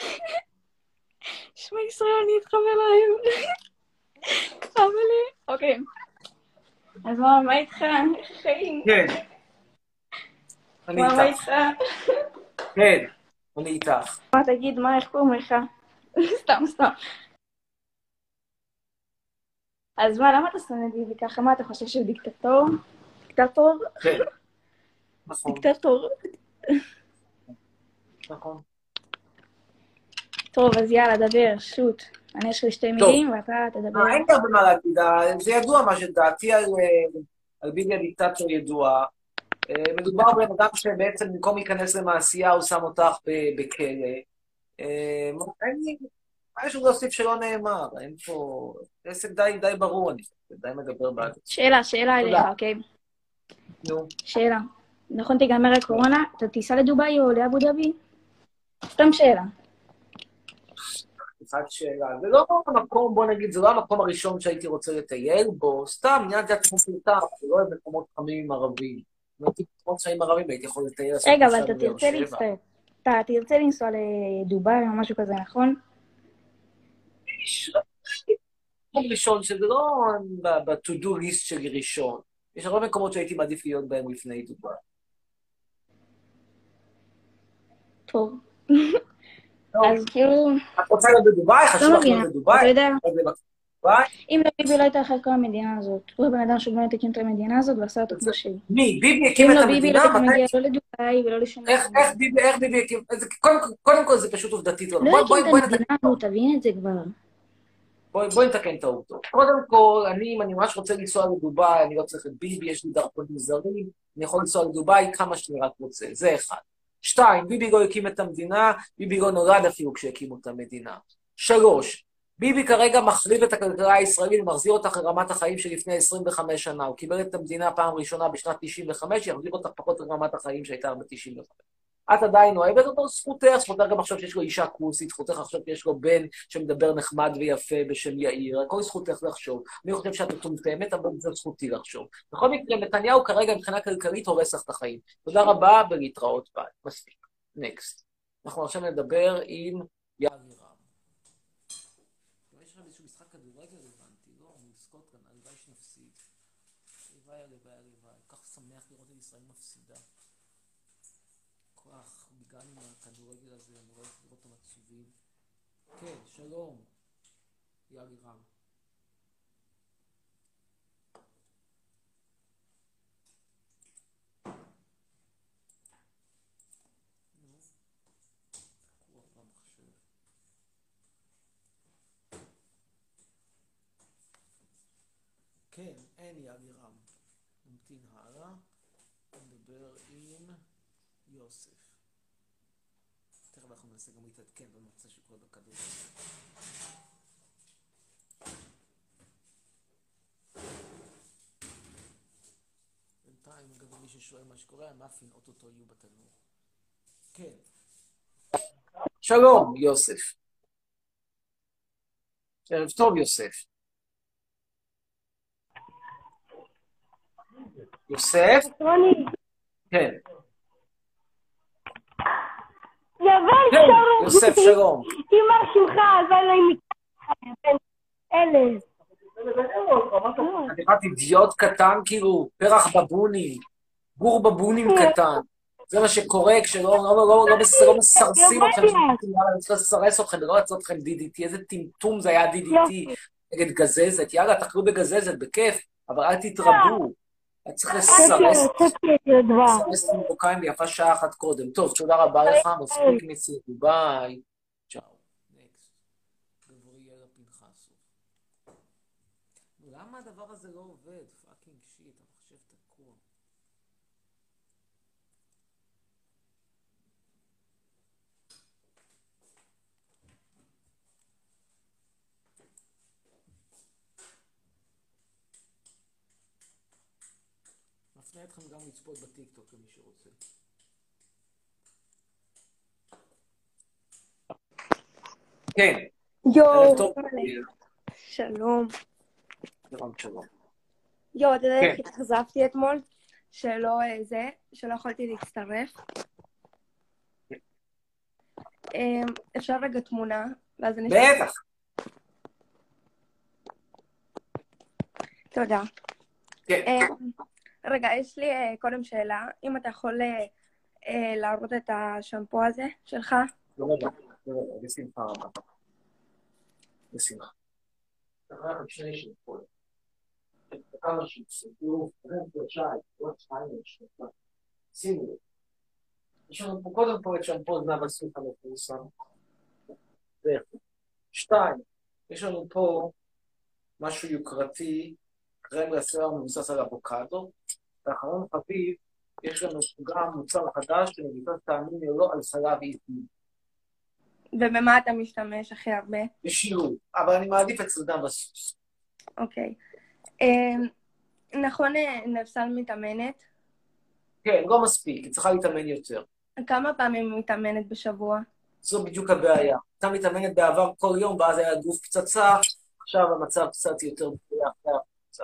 שמע ישראל, אני איתך בלייב. אבל... אוקיי. אז מה, מה איתך? חיים. כן. אני מה, מה איתך. איתך? כן. אני איתך. מה, תגיד, מה, איך קוראים לך? סתם, סתם. אז מה, למה אתה שונא ביבי ככה? מה, אתה חושב שהוא דיקטטור? דיקטטור? כן. נכון. דיקטטור. נכון. טוב, אז יאללה, דבר, שוט. אני יש לי שתי מילים, ואתה תדבר. אין הרבה מה להגיד, זה ידוע מה שדעתי על ביבי הדיקטטור ידוע. מדובר בן אדם שבעצם במקום להיכנס למעשייה הוא שם אותך בכלא. אין לי משהו להוסיף שלא נאמר, אין פה... זה עסק די די ברור, אני די מדבר בעד. שאלה, שאלה אליך, אוקיי? נו. שאלה. נכון תיגמר הקורונה, אתה תיסע לדובאי או לאבו דאבי? סתם שאלה. אחת שאלה. זה לא המקום, בוא נגיד, זה לא המקום הראשון שהייתי רוצה לטייל בו, סתם, עניין זה עצמו פלטה, אני לא אוהב מקומות חמים עם ערבים. אם הייתי מקומות חמים ערבים, הייתי יכול לטייל... רגע, אבל אתה תרצה להצטרף. אתה תרצה לנסוע לדובאי או משהו כזה, נכון? מקום ראשון, שזה לא ב-to-do list שלי ראשון. יש הרבה מקומות שהייתי מעדיף להיות בהם לפני דובאי. טוב. אז כאילו... את רוצה להיות בדובאי? חשוב לך להיות בדובאי? אתה יודע, דובאי? אם לא ביבי לא הייתה אחרי כל המדינה הזאת, הוא הבן אדם שבאמת הקים את המדינה הזאת ועשה אותה כמו שהיא. מי? ביבי אם הקים את לא ביבי לא המדינה? הייתה מגיע מתי? לא לדובאי ולא לשום... איך איך ביבי איך ביבי הקים? אז קודם קודם כל זה פשוט עובדתית. לא בואי הקים בואי את בואי המדינה נתקן. הזאת, תבין את זה כבר. בואי בואי נתקן את העובדות. קודם כל, אני, אם אני ממש רוצה לנסוע לדובאי, אני לא צריך את ביבי, יש לי דרכונים זרים, אני יכול לנסוע לדובאי כמה שאני רק רוצה. זה אחד. שתיים, ביבי לא הקים את המדינה, ביבי לא נולד אפילו כשהקימו את המדינה. שלוש, ביבי כרגע מחריב את הכלכלה הישראלית ומחזיר אותך לרמת החיים שלפני עשרים וחמש שנה. הוא קיבל את המדינה פעם ראשונה בשנת תשעים וחמש, יחזיר אותך פחות לרמת החיים שהייתה ב-תשעים וחמש. את עדיין אוהבת אותו, זכותך, זכותך גם עכשיו שיש לו אישה כוסית, זכותך עכשיו שיש לו בן שמדבר נחמד ויפה בשם יאיר, הכל זכותך לחשוב. אני חושב שאת מטומטמת, אבל זה זכותי לחשוב. בכל מקרה, נתניהו כרגע מבחינה כלכלית הורס לך את החיים. תודה רבה ולהתראות ביי. מספיק. נקסט. אנחנו עכשיו נדבר עם יאיר רם. יש לכם איזשהו משחק כדורגל הבנתי, לא? מול סקוטלנד, הלוואי שנפסיד. הלוואי, הלוואי, הלוואי. כך שמח לראות את ישראל מפסידה. כוח, בגלל עם הכדורגל הזה, אני רואה לראות אותם עצובים. כן, שלום, יאיר רם. כן, אין יאיר רם. נמתין הלאה. נדבר עם יוסף. תכף אנחנו ננסה גם להתעדכן במצע שקורה בכדור. בינתיים, אגב, מי ששואל מה שקורה, המאפין אוטוטו יהיו בתנור. כן. שלום, יוסף. ערב טוב, יוסף. יוסף? כן. יבל שלום. יוסף, שלום. אמא שמך, אבל אני מתחייב. אלה. חתיכת אידיוט קטן, כאילו, פרח בבונים, גור בבונים קטן. זה מה שקורה כשלא לא, לא, לא, לא מסרסים אתכם, אני צריך לסרס אתכם, ולא לעשות אתכם די די טי, איזה טמטום זה היה די די טי נגד גזזת. יאללה, תאכלו בגזזת, בכיף, אבל אל תתרבו. אני צריך לסרס, לסרס את המרוקאים ויפה שעה אחת קודם. טוב, תודה רבה לך, מספיק מציאות, ביי. צ'או. נקסט. גבריאל הפנחסוב. למה הדבר הזה לא עובד? פאקינג שיט, המחשב תקוע. מפנה אתכם גם לצפות בטיקטוק למי שרוצה. כן. יואו, טוב. שלום. שלום, שלום. יואו, אתה יודע כן. איך התחזבתי אתמול? שלא אה, זה, שלא יכולתי להצטרף. אה, אפשר רגע תמונה, ואז אני... בטח. תודה. כן. אה, רגע, יש לי אה, קודם שאלה. אם אתה יכול אה, אה, להראות את השמפו הזה שלך? לא רבה, לא רבה, בשמחה רבה. בשמחה. תראה לך שני שמפות. כמה שיצאו, שלושה, שתיים, שלושה. שימו לב. יש לנו פה קודם כל את שמפו זנב הסוף המפורסם. זה אחד. שתיים, יש לנו פה משהו יוקרתי, קרם לשיער מבוסס על אבוקדו. ואחרון חביב, יש לנו גם מוצר חדש שמבוסס תאמין ללא על חלב איטי. ובמה אתה משתמש הכי הרבה? בשירות, אבל אני מעדיף את סרדם בסוס. אוקיי. אה, נכון, אה, נפסל מתאמנת? כן, לא מספיק, היא צריכה להתאמן יותר. כמה פעמים מתאמנת בשבוע? זו בדיוק הבעיה. הייתה מתאמנת בעבר כל יום, ואז היה גוף פצצה, עכשיו המצב קצת יותר בריאה אחרי הפצצה.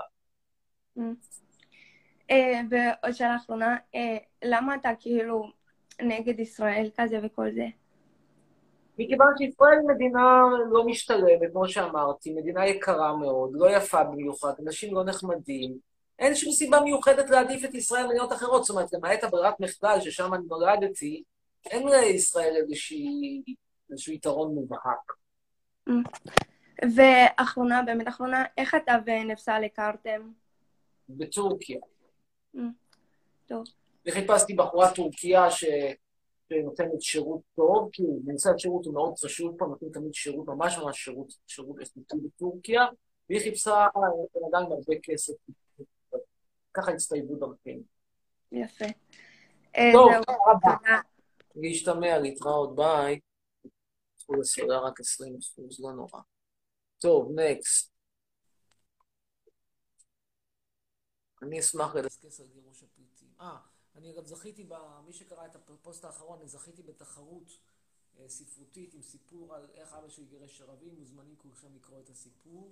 אה, ועוד שאלה אחרונה, אה, למה אתה כאילו נגד ישראל כזה וכל זה? מכיוון שישראל היא מדינה לא משתלמת, כמו שאמרתי, מדינה יקרה מאוד, לא יפה במיוחד, אנשים לא נחמדים. אין שום סיבה מיוחדת להעדיף את ישראל למדינות אחרות, זאת אומרת, למעט הברירת מחדל ששם אני נולדתי, אין לישראל איזושהי, איזשהו יתרון מובהק. ואחרונה, באמת אחרונה, איך אתה ונפסל הכרתם? בטורקיה. טוב. וחיפשתי בחורה טורקיה ש... שנותנת שירות טוב, כי בנושא השירות הוא מאוד חשוב פה, נותנים תמיד שירות, ממש ממש שירות, שירות איכותי בטורקיה, והיא חיפשה בן אדם עם הרבה כסף. ככה הצטייבו דרכנו. יפה. טוב, רבה. להשתמע, להתראות, ביי. תחול הסעודה רק עשרים אחוז, לא נורא. טוב, נקסט. אני אשמח לדסקס על גירוש הפליטים. אה, אני גם זכיתי, מי שקרא את הפוסט האחרון, אני זכיתי בתחרות ספרותית עם סיפור על איך אבא שלי גירש ערבים, מוזמנים כולכם לקרוא את הסיפור.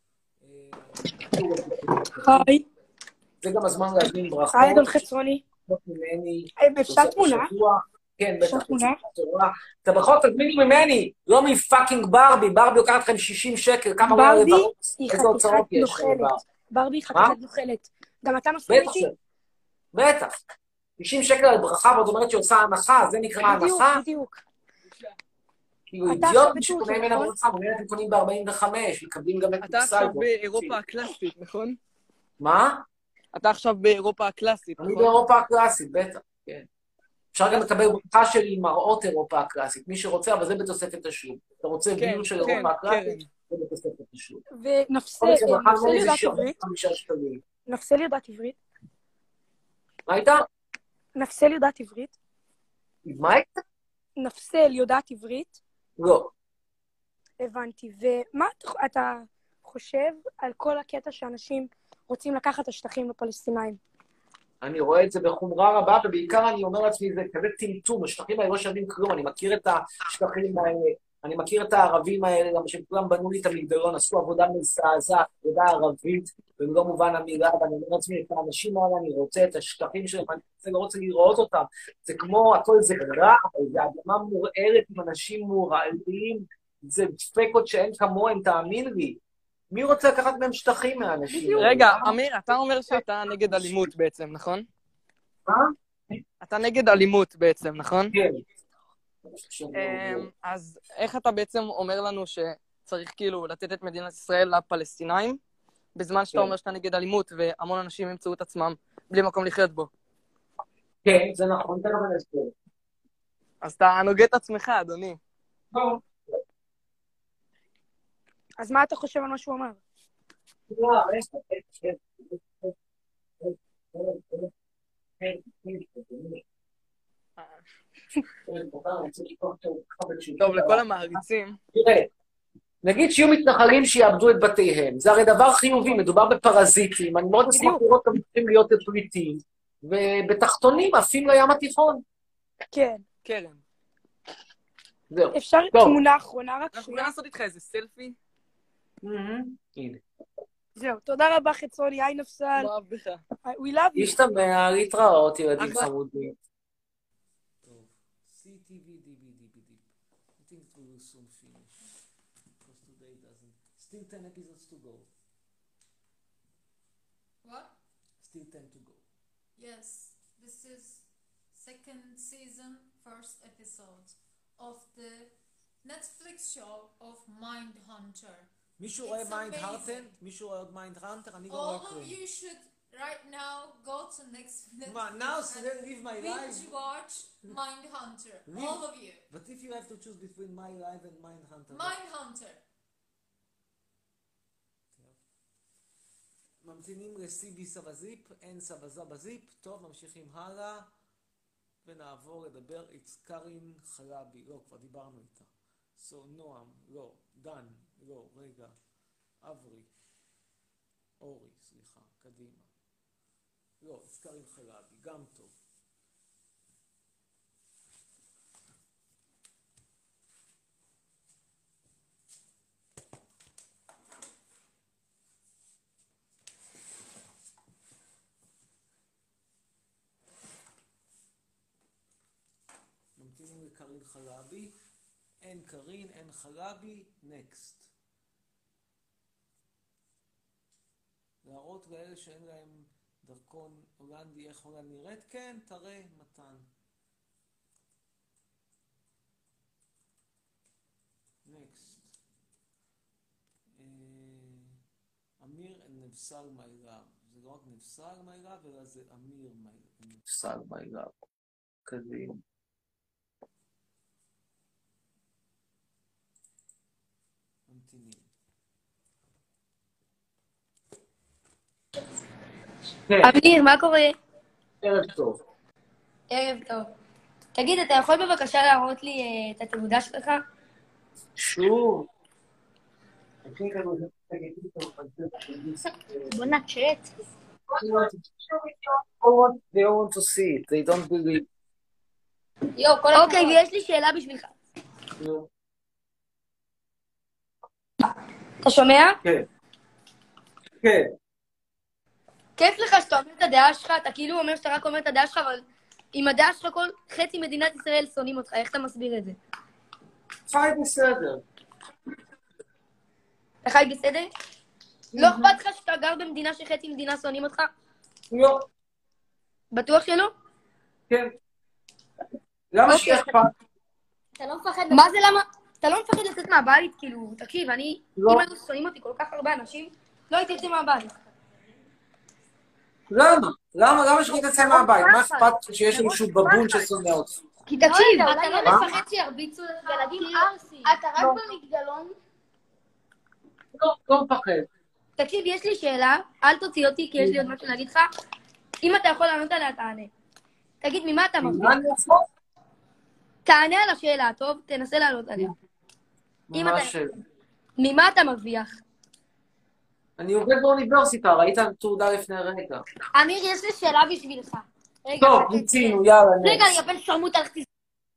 היי. זה גם הזמן להזמין ברכות. היי, אדון חצרוני. ממני. אפשר תמונה? כן, בטח. את הברכות תזמינו ממני, לא מפאקינג ברבי. ברבי לוקחת לכם שישים שקל, כמה עולה לברות. איזה הוצאות יש. ברבי חתיכת נוחלת. גם אתה נוסע איתי? בטח. שישים שקל על ברכה, ואת אומרת שעושה הנחה, זה נקרא הנחה? בדיוק, בדיוק. כאילו אידיוטים שקונים ממנה ברכה, באמת הם קונים ב-ארבעים וחמש, מקבלים גם את אתה עכשיו באירופה הקלאסית, נכון? מה? אתה עכשיו באירופה הקלאסית, נכון? אני באירופה הקלאסית, בטח, כן. אפשר גם לקבל ברכה שלי עם מראות אירופה הקלאסית, מי שרוצה, אבל זה בתוספת השוב. אתה רוצה ויו של אירופה הקלאסית, זה בתוספת השוב. ונפסל יודעת עברית? נפסל יודעת עברית? מה הייתה? נפסל יודעת עברית? מה הייתה? נפסל יודעת עברית? לא. הבנתי. ומה אתה חושב על כל הקטע שאנשים רוצים לקחת את השטחים לפלסטינאים? אני רואה את זה בחומרה רבה, ובעיקר אני אומר לעצמי, זה כזה טמטום, השטחים האלה לא שווים כלום, אני מכיר את השטחים האלה, אני מכיר את הערבים האלה, גם שכולם בנו לי את המגדלון, עשו עבודה מזעזעת, עבודה ערבית, במלוא מובן המילה, ואני אומר לעצמי, את האנשים האלה, אני רוצה את השטחים שלהם, אני לא רוצה לראות אותם, זה כמו, הכל זה רע, זה אדמה מורערת עם אנשים מורעלים, זה דפקות שאין כמוהם, תאמין לי. מי רוצה לקחת מהם שטחים מהאנשים? רגע, אמיר, אתה אומר שאתה נגד אלימות בעצם, נכון? מה? אתה נגד אלימות בעצם, נכון? כן. אז איך אתה בעצם אומר לנו שצריך כאילו לתת את מדינת ישראל לפלסטינאים, בזמן שאתה אומר שאתה נגד אלימות, והמון אנשים ימצאו את עצמם בלי מקום לחיות בו? כן, זה נכון, אתה לא מנסה. אז אתה נוגד את עצמך, אדוני. לא. אז מה אתה חושב על מה שהוא אמר? טוב, לכל המעריצים. תראה, נגיד שיהיו מתנחלים שיאבדו את בתיהם, זה הרי דבר חיובי, מדובר בפרזיטים, אני מאוד אשמח לראות אותם צריכים להיות פליטים, ובתחתונים עפים לים התיכון. כן. קרן. זהו. אפשר תמונה אחרונה רק אנחנו יכולים לעשות איתך איזה סלפי? הנה. זהו, תודה רבה חצרוני, היי נפסל. מה אוהב בך? We love you. להשתמע, להתראות, ילדים חמודים. טוב, סי טי וי די בי די בי די. I think we will soon finish. Because today doesn't... Still ten episodes to go. What? Still ten to go. Yes, this is second season, first episode of the Netflix show of Mindhunter. מישהו רואה מיינדהארטן? מישהו רואה עוד מיינדהארטן? אני לא רואה כלום. All of you should right now go to next Netflix Ma, now so then live my life. binge watch Mindhunter. All of you. But if you have to choose between my life and Mindhunter. Mindhunter. ממתינים לסיבי סבזיפ, אין סבזה בזיפ. טוב, ממשיכים הלאה. ונעבור לדבר את קרין חלבי. לא, כבר דיברנו איתה. So, נועם, לא, דן, לא, רגע, אברי, אורי, סליחה, קדימה. לא, את קרין חלבי, גם טוב. ממתינים לקרין חלבי. אין קרין, אין חלבי, נקסט. להראות לאלה שאין להם דרכון הולנדי, איך הולנד נראית? כן, תראה, מתן. נקסט. אמיר נבסל מיילב. זה לא רק נבסל מיילב, אלא זה אמיר מיילב. נבסל מיילב. קדימה. אמיר, מה קורה? ערב טוב. ערב טוב. תגיד, אתה יכול בבקשה להראות לי את התעודה שלך? שוב. בוא נצ'ט. They want to see it, they don't believe. יואו, כל אוקיי, ויש לי שאלה בשבילך. אתה שומע? כן. כן. כיף לך שאתה אומר את הדעה שלך, אתה כאילו אומר שאתה רק אומר את הדעה שלך, אבל עם הדעה שלך כל חצי מדינת ישראל שונאים אותך, איך אתה מסביר את זה? חי בסדר. אתה חי בסדר? לא אכפת לך שאתה גר במדינה שחצי מדינה שונאים אותך? לא. בטוח שלא? כן. למה שיהיה אכפת? אתה לא מפחד... מה זה למה? אתה לא מפחד לצאת מהבית? כאילו, תקשיב, אני... אם היו שונאים אותי כל כך הרבה אנשים, לא הייתי יוצא מהבית. למה? למה? למה שאני אצא מהבית? מה אכפת שיש איזשהו בבון ששונא אותי? כי תקשיב, אתה לא מפחד שירביצו ילדים ארסי. אתה רק במגדלון? לא, לא מפחד. תקשיב, יש לי שאלה, אל תוציא אותי, כי יש לי עוד משהו להגיד לך. אם אתה יכול לענות עליה, תענה. תגיד, ממה אתה מרוויח? תענה על השאלה, טוב? תנסה לענות עליה. מה השאלה? ממה אתה מרוויח? אני עובד באוניברסיטה, ראית תעודה לפני רגע. אמיר, יש לי שאלה בשבילך. טוב, ניצינו, יאללה, נקס. רגע, אני אבן שרמוט על חתיס.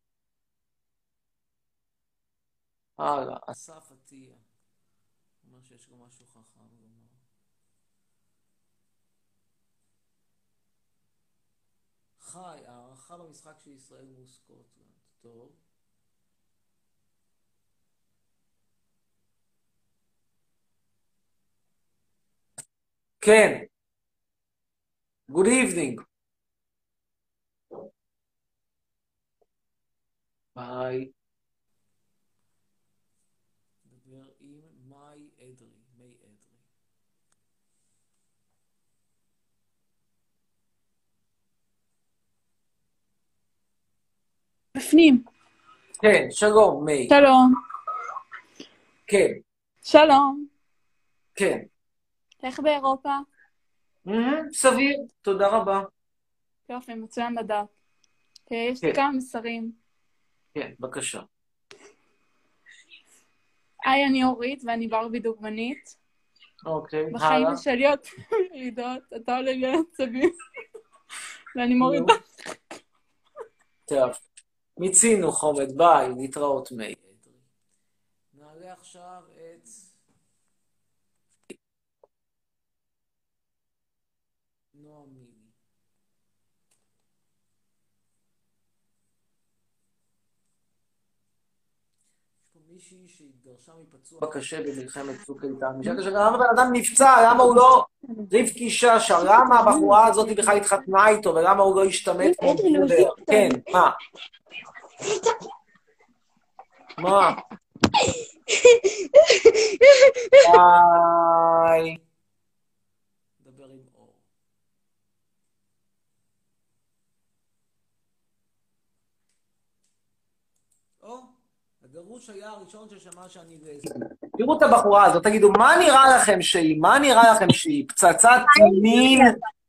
הלאה, אסף עטיה. אומר שיש גם משהו חכם לומר. חי, הערכה במשחק של ישראל מול סקוטלנד. טוב. כן. Good evening. ביי. דבר עם מאי אדרי, מי אדרי. בפנים. כן, שלום, מי. שלום. כן. שלום. כן. איך באירופה? סביר, תודה רבה. יופי, מצוין לדעת. יש לי כמה מסרים. כן, בבקשה. היי, אני אורית ואני ברבי דוגמנית. אוקיי, הלאה. בחיים שלי עוד ירידות, אתה עולה לי עצבים. ואני מורידה. טוב, מיצינו חומד, ביי, להתראות מי. נעלה עכשיו את... נועה מילי. יש פה מישהי שהתגרשה מפצוע קשה במלחמת צוק איתן. נשאלת למה בן אדם נפצע, למה הוא לא... רבקי שאשא, למה הבחורה הזאת בכלל התחתנה איתו, ולמה הוא לא השתמט כמו גבר? כן, מה? מה? ביי. דבר עם אור. או, הגרוש היה הראשון ששמע שאני לסבית. תראו את הבחורה הזאת, תגידו, מה נראה לכם שהיא? מה נראה לכם שהיא? פצצת מין,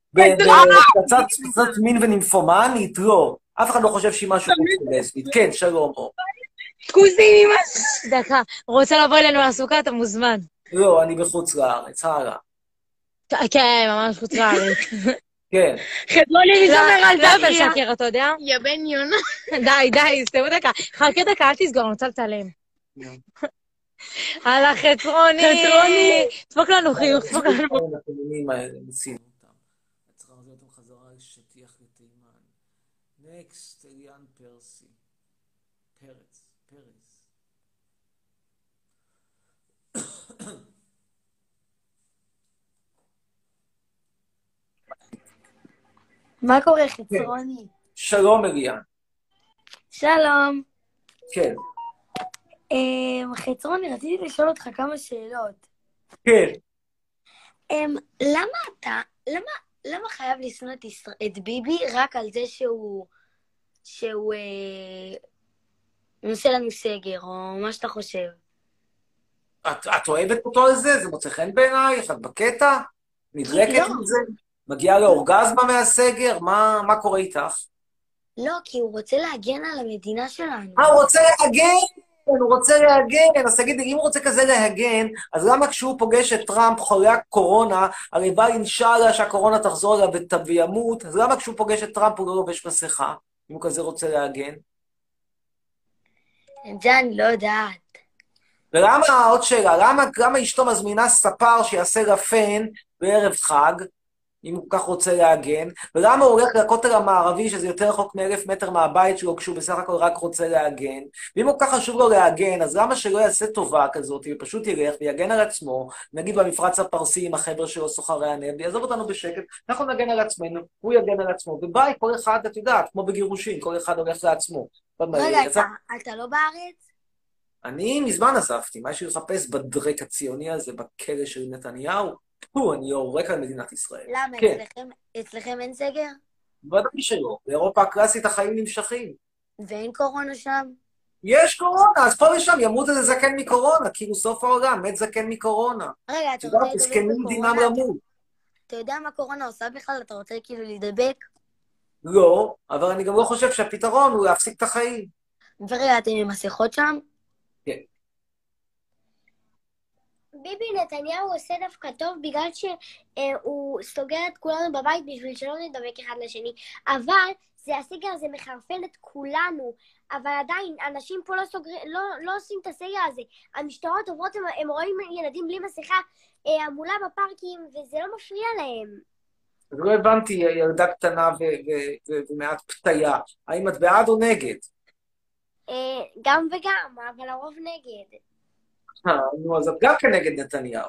פצצת מין ונימפומנית? לא. אף אחד לא חושב שהיא משהו לסבית. כן, שלום אור. קוזי, אמא. דקה, רוצה לבוא אלינו לסוכה, אתה מוזמן. לא, אני בחוץ לארץ, הלאה. כן, ממש חוץ לארץ. כן. חדרוני, מי זומר על דברי? שקר, אתה יודע? יא בן יונה. די, די, סתמו דקה. חכה דקה, אל תסגור, אני רוצה לצלם. הלאה, חצרוני. חצרוני. דפוק לנו חיוך, דפוק לנו. התמימים האלה, ניסינו אותם. הצלחה הזאת עם חזרה שטיח לתימן. נקסט, אליאן פרסי. פרץ, פרץ. מה קורה, חצרוני? שלום, אליאן. שלום. כן. חצרוני, רציתי לשאול אותך כמה שאלות. כן. למה אתה, למה, למה חייב לשנוא את ביבי רק על זה שהוא, שהוא נושא לנו סגר, או מה שאתה חושב? את, את אוהבת אותו על זה? זה מוצא חן בעינייך? את בקטע? נדלקת מזה? מגיעה לאורגזמה מהסגר? מה, מה קורה איתך? לא, כי הוא רוצה להגן על המדינה שלנו. אה, הוא רוצה להגן? הוא רוצה להגן, אז תגיד, אם הוא רוצה כזה להגן, אז למה כשהוא פוגש את טראמפ חולה קורונה, הרי בא אינשאללה שהקורונה תחזור אליו וימות, אז למה כשהוא פוגש את טראמפ הוא לא לובש מסכה, אם הוא כזה רוצה להגן? את זה אני לא יודעת. ולמה, עוד שאלה, למה, למה אשתו מזמינה ספר שיעשה לה פן בערב חג, אם הוא כך רוצה להגן, ולמה הוא הולך לכותל המערבי, שזה יותר רחוק מאלף מטר מהבית שלו, כשהוא בסך הכל רק רוצה להגן, ואם הוא כך חשוב לו להגן, אז למה שלא יעשה טובה כזאת, ופשוט ילך ויגן על עצמו, נגיד במפרץ הפרסי עם החבר'ה שלו סוחרי הנפט, ויעזוב אותנו בשקט, אנחנו נגן על עצמנו, הוא יגן על עצמו, וביי, כל אחד, את יודעת, כמו בגירושים, כל אחד הולך לעצמו. רגע, אתה, אתה לא בארץ? אני מזמן עזבתי, מה יש לי לחפש בדרק הציוני הזה, בכלא של נתניהו? הוא, אני יורק על מדינת ישראל. למה? כן. אצלכם, אצלכם אין סגר? ודאי שלא. באירופה הקלאסית החיים נמשכים. ואין קורונה שם? יש קורונה, אז פה ושם ימות איזה זקן מקורונה, כאילו סוף העולם, מת זקן מקורונה. רגע, אתה רוצה רוצה להידבק להידבק זקנים דינם בקורונה? למות. אתה יודע מה קורונה עושה בכלל? אתה רוצה כאילו להידבק? לא, אבל אני גם לא חושב שהפתרון הוא להפסיק את החיים. ורגע, אתם עם מסכות שם? כן. ביבי נתניהו עושה דווקא טוב בגלל שהוא סוגר את כולנו בבית בשביל שלא נדבק אחד לשני, אבל זה הסגר הזה מחרפן את כולנו, אבל עדיין אנשים פה לא, סוגר, לא, לא עושים את הסגר הזה. המשטרות עוברות, הם, הם רואים ילדים בלי מסכה אה, המולה בפארקים וזה לא מפריע להם. אז לא הבנתי, ילדה קטנה ו- ו- ו- ומעט פתיה, האם את בעד או נגד? אה, גם וגם, אבל הרוב נגד. אה, נו, אז את גם כנגד נתניהו.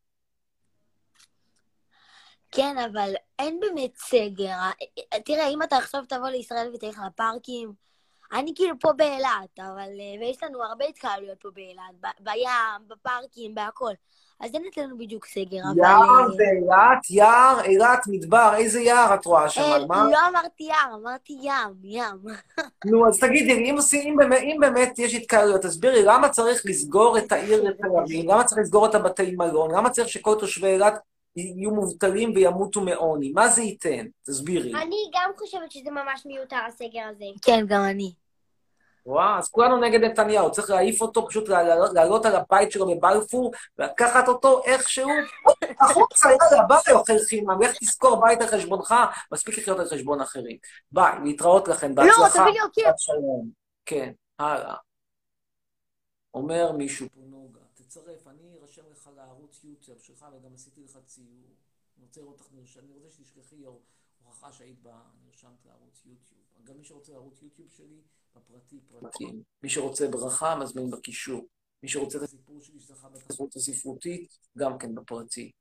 כן, אבל אין באמת סגר. תראה, אם אתה עכשיו תבוא לישראל ותלך לפארקים, אני כאילו פה באילת, אבל ויש לנו הרבה התקהלויות פה באילת, ב- בים, בפארקים, בהכל. אז אין אצלנו בדיוק סגר, אבל... יער באילת, יער, אילת, מדבר, איזה יער את רואה שם? אה, על מה? לא אמרתי יער, אמרתי ים, ים. נו, אז תגידי, אם, עושים- אם, באמת, אם באמת יש התקהלויות, תסבירי, למה צריך לסגור את העיר לתל אביב? למה צריך לסגור את הבתי מלון? למה צריך שכל תושבי אילת יהיו מובטלים וימותו מעוני? מה זה ייתן? תסבירי. אני גם חושבת שזה ממש מיותר הסגר הזה. כן, גם אני. וואה, אז כולנו נגד נתניהו, צריך להעיף אותו, פשוט לעלות, לעלות על הבית שלו בבלפור, ולקחת אותו איכשהו, החוצה, יאללה, ביי, אוכל חינם, לך תזכור בית על חשבונך, מספיק לחיות על חשבון אחרים. ביי, להתראות לכם, בהצלחה. לא, תביא לי אותי. שלום. כן, הלאה. אומר מישהו פה, נוגה, תצרף, אני ארשם לך לערוץ יוטיוב שלך, וגם עשיתי לך ציור. אני רוצה לראות איך נרשם, אני רוצה שתשלחי הוכחה שהיית בה, נרשמת לערוץ יוטיוב. גם מי שרוצה לערוץ יוטיוב שלי, בפרטי פרטים. מי שרוצה ברכה, מזמין בקישור. מי שרוצה את הסיפור שלי שזכה בתחרות הספרותית, גם כן בפרטי.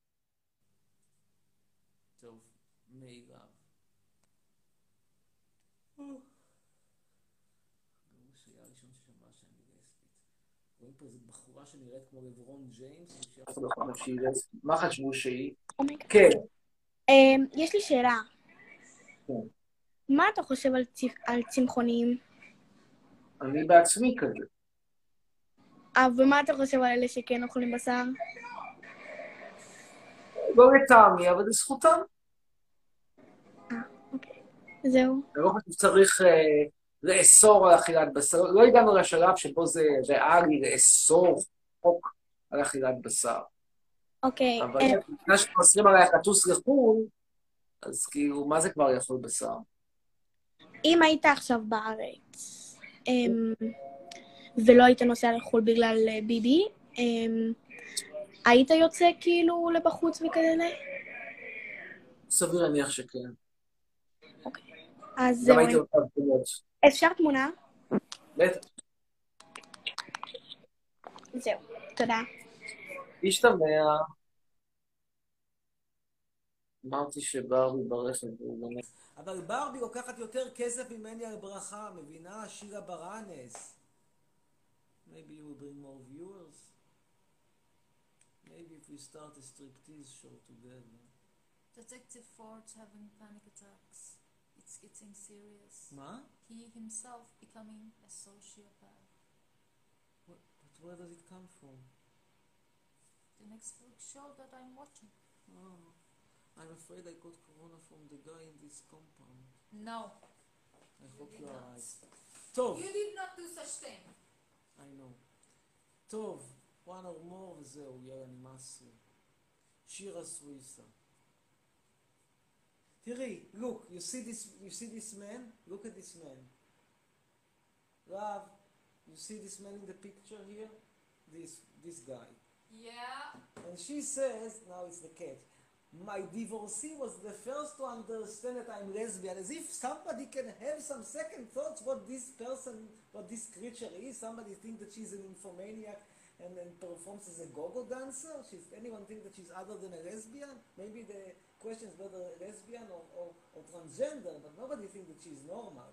טוב, מירב. שהיה הראשון ששמע שאני לסבית. רואים פה איזו בחורה שנראית כמו לברון ג'יימס, ושאף לא חושב שהיא לסבית. מה חשבו שהיא? כן. יש לי שאלה. כן. מה אתה חושב על, צ... על צמחונים? אני בעצמי כזה. אה, ומה אתה חושב על אלה שכן אוכלים בשר? לא לטעמי, אבל לזכותם. אה, אוקיי. זהו. אני לא חושב שצריך אה, לאסור על אכילת בשר. לא הגענו לשלב שבו זה ריאלי לאסור חוק על אכילת בשר. אוקיי. אבל אה... לפני שמוסרים עליי לטוס לחו"ל, אז כאילו, מה זה כבר יכול בשר? אם היית עכשיו בארץ, אמ, ולא היית נוסע לחו"ל בגלל ביבי, אמ, היית יוצא כאילו לבחוץ וכאלה? סביר להניח שכן. אוקיי. אז גם זהו. הייתי אותה תמונות. אפשר תמונה? בטח. זהו. תודה. השתמע. אמרתי שברבי ברכב והוא בונה. אבל ברבי לוקחת יותר כסף ממני על ברכה, מבינה? שירה ברנס. Maybe you will bring more viewers. Maybe if we start a striptease show together. Detective Ford's having panic attacks. It's getting serious. מה? He himself becoming a sociopath. What, but where does it come from? The Netflix show that I'm watching. Oh, I'm afraid I got corona from the guy in this compound. No. I hope you are right. טוב. You did not do such thing. I know. טוב, one or more וזהו, יאללה, נמאס לי. שירה סוויסה. תראי, look, you see this, you see this man? Look at this man. Rav, you see this man in the picture here? This, this guy. Yeah. And she says, now it's the catch, my divorcee was the first to understand that I'm lesbian, as if somebody can have some second thoughts what this person, what this creature is. Somebody think that she's an nymphomaniac and then performs as a go-go dancer. She's, anyone think that she's other than a lesbian? Maybe the question is whether a lesbian or, or, or transgender, but nobody thinks that she's normal.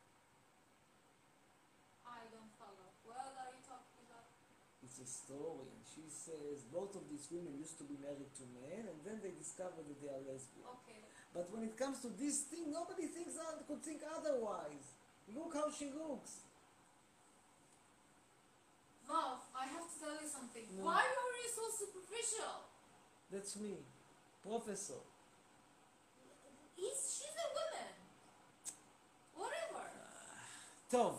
I don't follow. What are you talking about? It's a story, and she says both of these women used to be married to men, and then they discovered that they are lesbian. Okay. But when it comes to this thing, nobody thinks could think otherwise. Look how she looks. Vav, I have to tell you something. No. Why are you so superficial? That's me, professor. He's, she's a woman. Whatever. Tov.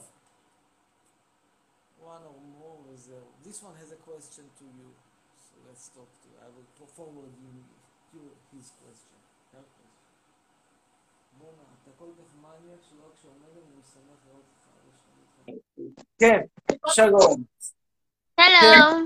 One or more is there. This one has a question to you. So let's talk to you. I will forward you, you his question. Her question. בונה, אתה כל כך מניאק שלא כשאומר לי אני שמח לראות אותך. כן, שלום. Hello.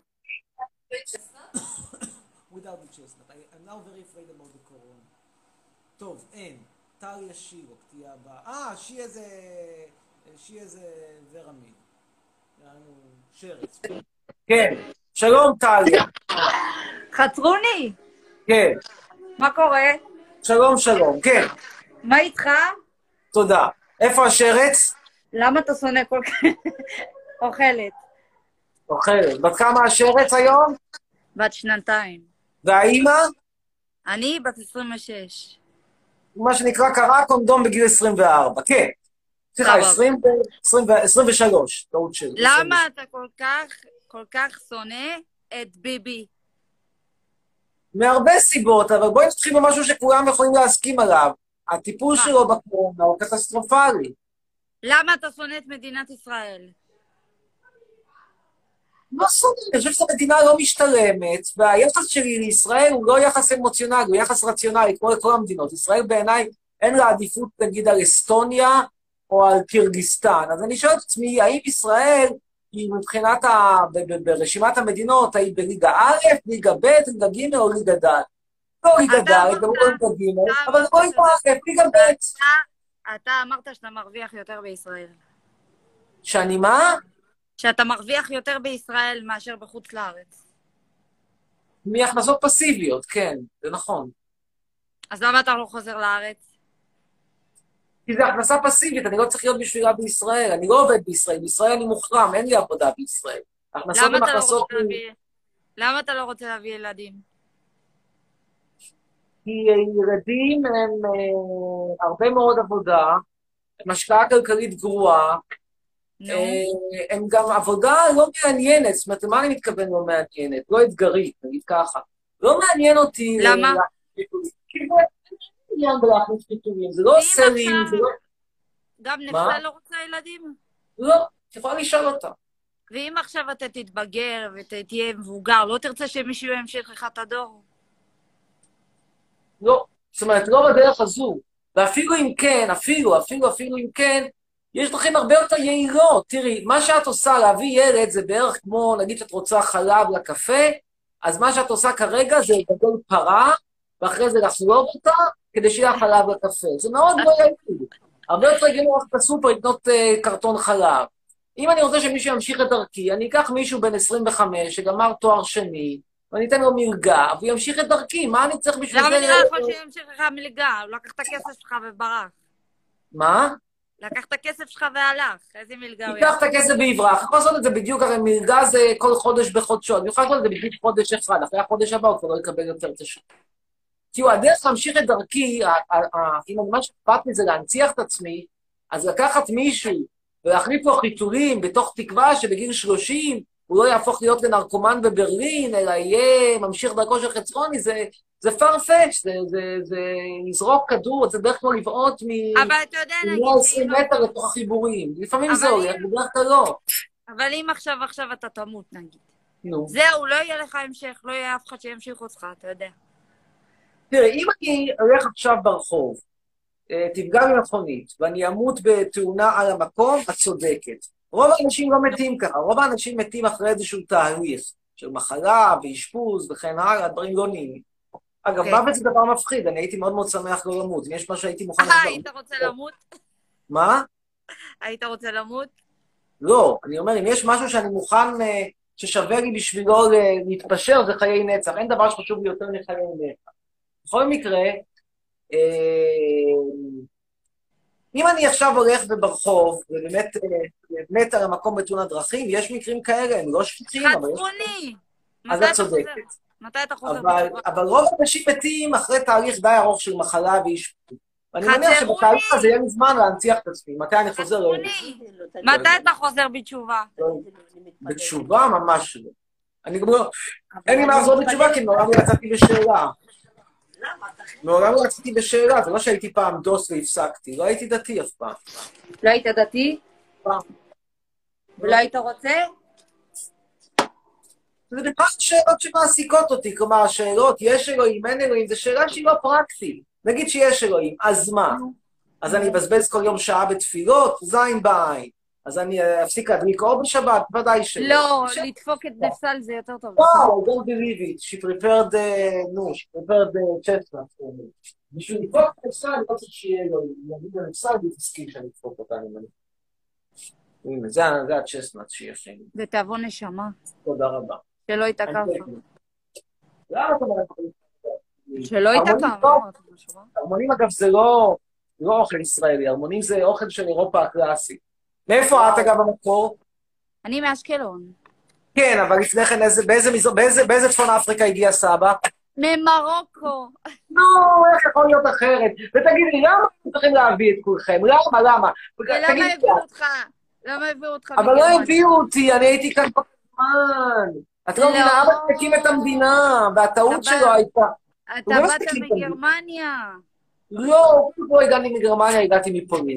Without the chestnut. I, I'm now very afraid about the corona. טוב, אין. טליה שירוק תהיה הבאה. אה, she has a... she has a vermin. יענו שרץ. כן, שלום טליה. חצרוני, כן. מה קורה? שלום שלום, כן. מה איתך? תודה. איפה השרץ? למה אתה שונא כל כך? אוכלת. אוכלת. בת כמה השרץ היום? בת שנתיים. והאימא? אני בת עשרים ושש. מה שנקרא קרא קונדום בגיל עשרים וארבע, כן. סליחה, עשרים ושלוש, טעות שלי. למה אתה כל כך, כל כך שונא את ביבי? מהרבה סיבות, אבל בואי נתחיל במשהו שכולם יכולים להסכים עליו. הטיפול שלו בקורונה הוא קטסטרופלי. למה אתה שונא את מדינת ישראל? לא שונא, אני חושב שהמדינה לא משתלמת, והיחס שלי לישראל הוא לא יחס אמוציונלי, הוא יחס רציונלי, כמו לכל המדינות. ישראל בעיניי אין לה עדיפות, נגיד, על אסטוניה או על קירגיסטן. אז אני שואל את עצמי, האם ישראל היא מבחינת, ה... ברשימת המדינות, האם בליגה א', ליגה ב', ליגה ג' או ליגה ד'? לא ליגה ד', גם לא ליגה ג', אבל לא ליגה א', ליגה ב'. אתה אמרת שאתה מרוויח יותר בישראל. שאני מה? שאתה מרוויח יותר בישראל מאשר בחוץ לארץ. מהכנסות פסיביות, כן, זה נכון. אז למה אתה לא חוזר לארץ? כי זה הכנסה פסיבית, אני לא צריך להיות בשבילה בישראל, אני לא עובד בישראל, בישראל אני מוחרם, אין לי עבודה בישראל. הכנסות הן הכנסות... למה אתה לא רוצה להביא ילדים? כי ילדים הם uh, הרבה מאוד עבודה, הם השקעה כלכלית גרועה, uh, הם גם עבודה לא מעניינת, זאת אומרת, למה אני מתכוון לא מעניינת? לא אתגרית, נגיד ככה. לא מעניין אותי... למה? כי זה עניין בלהכניס פיתויים, זה לא עושה לי... גם נפלה לא רוצה ילדים? לא, את יכולה לשאול אותה. ואם עכשיו אתה תתבגר ותהיה מבוגר, לא תרצה שמישהו ימשיך לך את הדור? לא, זאת אומרת, לא בדרך הזו. ואפילו אם כן, אפילו, אפילו, אפילו אם כן, יש דרכים הרבה יותר יעילות. תראי, מה שאת עושה להביא ילד זה בערך כמו, נגיד שאת רוצה חלב לקפה, אז מה שאת עושה כרגע זה לגדל פרה, ואחרי זה לחלוב אותה, כדי שיהיה חלב לקפה. זה מאוד לא יעיל. הרבה יותר יעיל ללכת בסופר לקנות uh, קרטון חלב. אם אני רוצה שמישהו ימשיך את דרכי, אני אקח מישהו בן עשרים וחמש שגמר תואר שני, ואני אתן לו מלגה, והוא ימשיך את דרכי. מה אני צריך בשביל זה? למה אני לא יכול שימשיך לך מלגה? הוא לקח את הכסף שלך וברח. מה? לקח את הכסף שלך והלך. איזה מלגה הוא ייקח את הכסף ויברח. יכול לעשות את זה בדיוק, הרי מלגה זה כל חודש בחודשו. אני יכול לעשות את זה בדיוק חודש אחד. אחרי החודש הבא הוא כבר לא יקבל יותר את השם. כי הדרך להמשיך את דרכי, אם מה שאכפת לי זה להנציח את עצמי, אז לקחת מישהו ולהחליף לו חיתולים בתוך תקווה שבגיל שלושים הוא לא יהפוך להיות לנרקומן בברלין, אלא יהיה ממשיך דרכו של חצרוני, זה, זה farfetch, זה, זה, זה לזרוק כדור, זה דרך כמו לבעוט מ... אבל אתה יודע, נגיד... מ-עשרים מטר לתוך החיבורים. לפעמים זה הולך, בדרך כלל לא. אבל אם עכשיו עכשיו אתה תמות נגיד. נו. זהו, לא יהיה לך המשך, לא יהיה אף אחד שימשיך אותך, אתה יודע. תראה, אם אני הולך עכשיו ברחוב, תפגע במכונית, ואני אמות בתאונה על המקום, את צודקת. רוב האנשים לא מתים ככה, רוב האנשים מתים אחרי איזשהו תהליך של מחלה ואשפוז וכן הלאה, דברים לא נעימים. אגב, מוות זה דבר מפחיד, אני הייתי מאוד מאוד שמח לא למות. אם יש משהו שהייתי מוכן... אה, היית רוצה למות? מה? היית רוצה למות? לא, אני אומר, אם יש משהו שאני מוכן, ששווה לי בשבילו להתפשר, זה חיי נצח. אין דבר שחשוב לי יותר מחיי נצח. בכל מקרה, אם אני עכשיו הולך ברחוב, ובאמת מת על המקום בתאונת דרכים, יש מקרים כאלה, הם לא שפיטים, אבל יש... חצרוני! אז את צודקת. מתי אתה חוזר? אבל רוב האנשים מתים אחרי תהליך די ארוך של מחלה ואשפוז. ואני מניח שבתהליך הזה יהיה לי זמן להנציח את עצמי. מתי אני חוזר? מתי אתה חוזר בתשובה? בתשובה? ממש לא. אני גם לא... אין לי מה לחזור בתשובה, כי מעולם לא יצאתי בשאלה. מעולם לא יצאתי בשאלה, זה לא שהייתי פעם דוס והפסקתי. לא הייתי דתי אף פעם. לא היית דתי? פעם. ולא היית רוצה? זה בכלל שאלות שמעסיקות אותי, כלומר, השאלות, יש אלוהים, אין אלוהים, זו שאלה שהיא לא פרקטית. נגיד שיש אלוהים, אז מה? אז אני אבזבז כל יום שעה בתפילות, זין בעין. אז אני אפסיק להדליק אור בשבת, ודאי שלא. לא, לדפוק את נפסל זה יותר טוב. לא, don't believe it. She prepared, נו, she prepared chestnut. בשביל לדפוק את נפסל, אני לא צריך שיהיה אלוהים. אני אגיד לנפסל, והיא תסכים שאני אדפוק אותה, אני מניח. הנה, זה הצ'סטנט שיש לי. זה תאבון נשמה. תודה רבה. שלא ייתקע. למה אתה אומר? שלא ייתקע. הרמונים, אגב, זה לא אוכל ישראלי, הרמונים זה אוכל של אירופה הקלאסית. מאיפה את, אגב, במקור? אני מאשקלון. כן, אבל לפני כן, באיזה צפון אפריקה הגיע סבא? ממרוקו. נו, איך יכול להיות אחרת? ותגיד לי, למה אתם צריכים להביא את כולכם? למה, למה? ולמה הביאו אותך? למה הביאו אותך? אבל לא הביאו אותי, אני הייתי כאן בזמן. את לא מבינה, אבא תקים את המדינה, והטעות שלו הייתה... אתה באת מגרמניה. לא, לא הגעתי מגרמניה, הגעתי מפולין.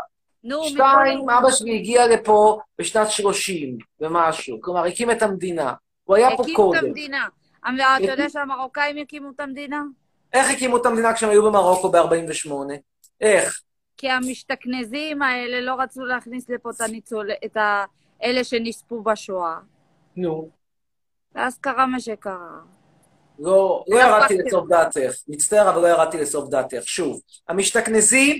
שתיים, אבא שלי הגיע לפה בשנת שלושים ומשהו, כלומר, הקים את המדינה. הוא היה פה קודם. הקים את המדינה. אתה יודע שהמרוקאים הקימו את המדינה? איך הקימו את המדינה כשהם היו במרוקו ב-ארבעים ושמונה? איך? כי המשתכנזים האלה לא רצו להכניס לפה את האלה שנספו בשואה. נו. ואז קרה מה שקרה. לא, לא ירדתי לסוף דעתך. מצטער, אבל לא ירדתי לסוף דעתך. שוב, המשתכנזים...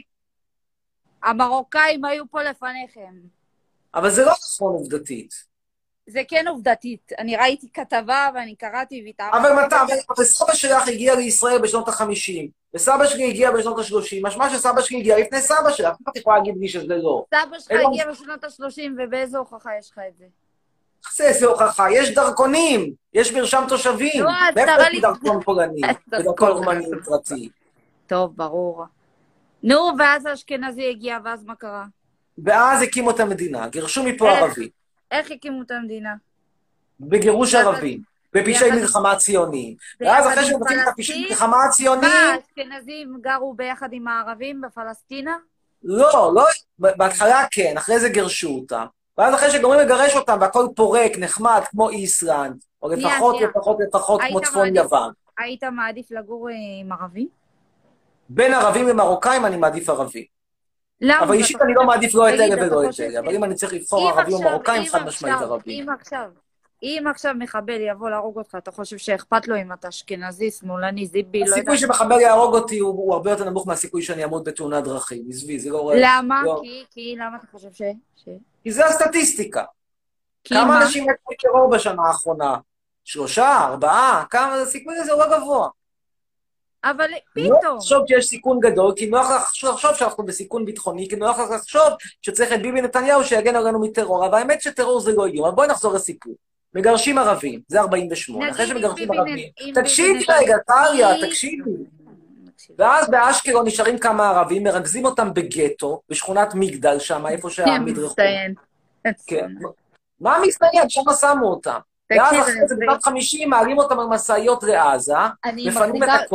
המרוקאים היו פה לפניכם. אבל זה לא נכון עובדתית. זה כן עובדתית. אני ראיתי כתבה ואני קראתי והתארתי. אבל מתי, אבל סבא שלך הגיע לישראל בשנות ה-חמישים, וסבא שלי הגיע בשנות ה-שלושים, משמע שסבא שלי הגיע לפני סבא שלך, איך את יכולה להגיד לי שזה לא? סבא שלך הגיע בשנות ה-שלושים, ובאיזו הוכחה יש לך את זה? זה איזה הוכחה, יש דרכונים, יש מרשם תושבים. לא, אז תראה לי... דרכון פולני, ודרכון רומני פרטי. טוב, ברור. נו, ואז האשכנזי הגיע, ואז מה קרה? ואז הקימו את המדינה, גירשו מפה ערבים. איך הקימו את המדינה? בגירוש ערבים, בפשעי מלחמה ציוניים. ואז אחרי שמתחילים את הפשעי מלחמה הציוניים... מה, האשכנזים גרו ביחד עם הערבים בפלסטינה? לא, לא, בהתחלה כן, אחרי זה גירשו אותם. ואז אחרי שגומרים לגרש אותם, והכל פורק, נחמד, כמו איסלנד, או לפחות, לפחות, לפחות, כמו צפון יוון. היית מעדיף לגור עם ערבים? בין ערבים למרוקאים אני מעדיף ערבים. למה? אבל אישית אני לא מעדיף לא את אלה ולא את אלה, אבל אם אני צריך לבחור ערבים או מרוקאים, חד משמעית ערבים. אם עכשיו, אם עכשיו מחבל יבוא להרוג אותך, אתה חושב שאכפת לו אם אתה אשכנזי, שמאלני, זיבי, לא יודע... הסיכוי שמחבל יהרוג אותי הוא הרבה יותר נמוך מהסיכוי שאני אמות בתאונת דרכים, עזבי, זה לא... למה? כי, למה אתה חושב ש... כי זה הסטטיסטיקה. כמה אנשים מתו טרור בשנה האחרונה? שלושה, ארבעה, כמה הסיכוי הזה הוא לא גבוה. אבל פתאום... לא לחשוב שיש סיכון גדול, כי נוח לחשוב שאנחנו בסיכון ביטחוני, כי נוח לחשוב שצריך את ביבי נתניהו שיגן עלינו מטרור, אבל האמת שטרור זה לא איום. אבל בואי נחזור לסיפור. מגרשים ערבים, זה ארבעים ושמונה, אחרי שמגרשים ערבים. תקשיבי רגע, טריה, תקשיבי. ואז באשקלון נשארים כמה ערבים, מרכזים אותם בגטו, בשכונת מגדל שם, איפה שהמדרכות. כן. מה מסתיים? שם שמו אותם. ואז אחרי זה בשנת חמישים מעלים אותם על מסעיות לעזה, מפנים את הכל,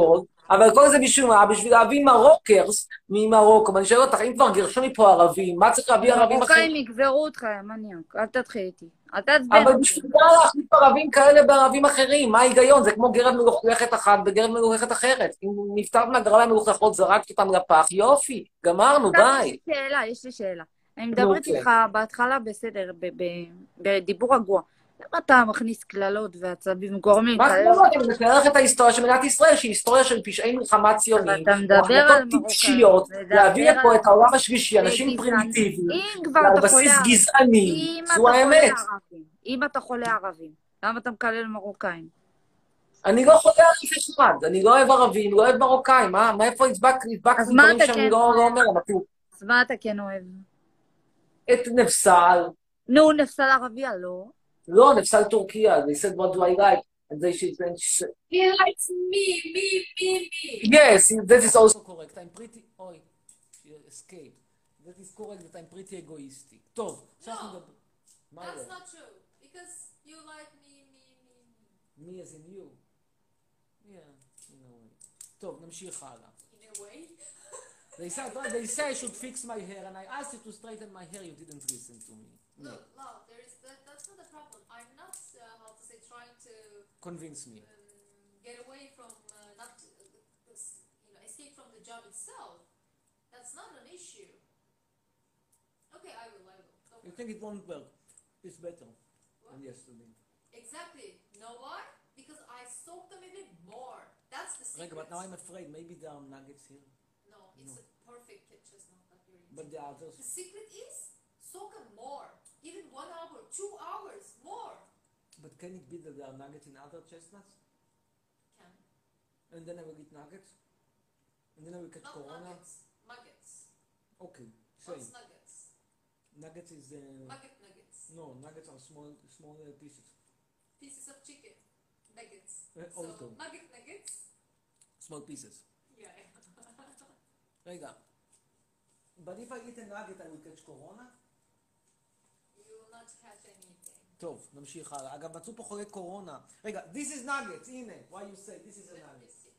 אבל כל זה בשביל מה? בשביל להביא מרוקרס ממרוקו. ואני שואל אותך, אם כבר גירשו מפה ערבים, מה צריך להביא ערבים אחרים? מרוקאים יגזרו אותך, יא מניאק, אל תתחיל איתי. אל תעצבן אבל אותי. בשביל מה להחליף ערבים כאלה בערבים אחרים? מה ההיגיון? זה כמו גרד מלוכלכת אחת בגרד מלוכלכת אחרת. אם נפטרת מהגרביים מלוכלכות, זרקת אותם לפח, יופי, גמרנו, עכשיו די. יש לי שאלה, יש לי שאלה. אני נו, מדברת כן. איתך בהתחלה בסדר, ב- ב- בדיבור רגוע. למה אתה מכניס קללות ועצבים גורמים? מה אתה זה לא? אני מתאר לך את ההיסטוריה של מדינת ישראל, שהיא היסטוריה של פשעי מלחמה אבל ציוניים, אתה או מדבר החלטות על מרוקאים, טיפשיות, להביא מדבר לפה על את העולם השלישי, אנשים גזען. פרימיטיביים, אם כבר ועל אתה בסיס חולה ערבים, גזעני, אם אתה זו חולה האמת. ערבים, אם אתה חולה ערבים, למה אתה מקלל מרוקאים? אני לא חולה על אף אחד, אני לא אוהב ערבים, לא אוהב מרוקאים, מה? מאיפה הדבקתי אז הדבקתי מה דברים אתה שאני כן לא לא אוהב? אומר, אבל כאילו, אז מה אתה כן אוהב? את נפסל, נו, נפסל ערבייה, לא? לא, נפסל טורקיה, they said what do I like, and they should then say, He likes me, me, me, me. yes, that is also correct, I'm pretty, אוי, escape, that is correct that I'm pretty egoistic. טוב, עכשיו אנחנו No, מדברים, מה that's לא? not true. Because you like me, me, me, me. Me as in you. Yeah, in a way. טוב, נמשיך הלאה. In a way. They said, they say I should fix my hair, and I asked you to straighten my hair, you didn't listen to me. No. Look, love, there is that, that's not the problem. I'm not, uh, how to say, trying to Convince me. um, get away from, uh, not, uh, this, you know, escape from the job itself. That's not an issue. Okay, I will, I will. Don't You worry. think it won't work? It's better than yesterday. Exactly. Know why? Because I soaked them even more. That's the secret. רגע, but now I'm afraid, maybe there are nuggets here. No, it's No. a perfect kit chestnut that you're eating. But the others, The secret is soak them more. Even one hour, two hours, more. but can it be that there are nuggets in other chestnuts? Can. And then I will eat nuggets? And then I will catch Not corona? nuggets. Nuggets. Okay, What's same. nuggets? Nuggets is, uh, Nugget nuggets. no, nuggets are small, small uh, pieces. Pieces of chicken. Nuggets. Uh, So, also. nugget nuggets? Small pieces. Yeah. רגע. But if I eat a nugget, I will catch corona? You will not catch anything. טוב, נמשיך הלאה. אגב, מצאו פה חולי קורונה. רגע, this is nuggets, הנה. Why you say this is a Let me nugget? see.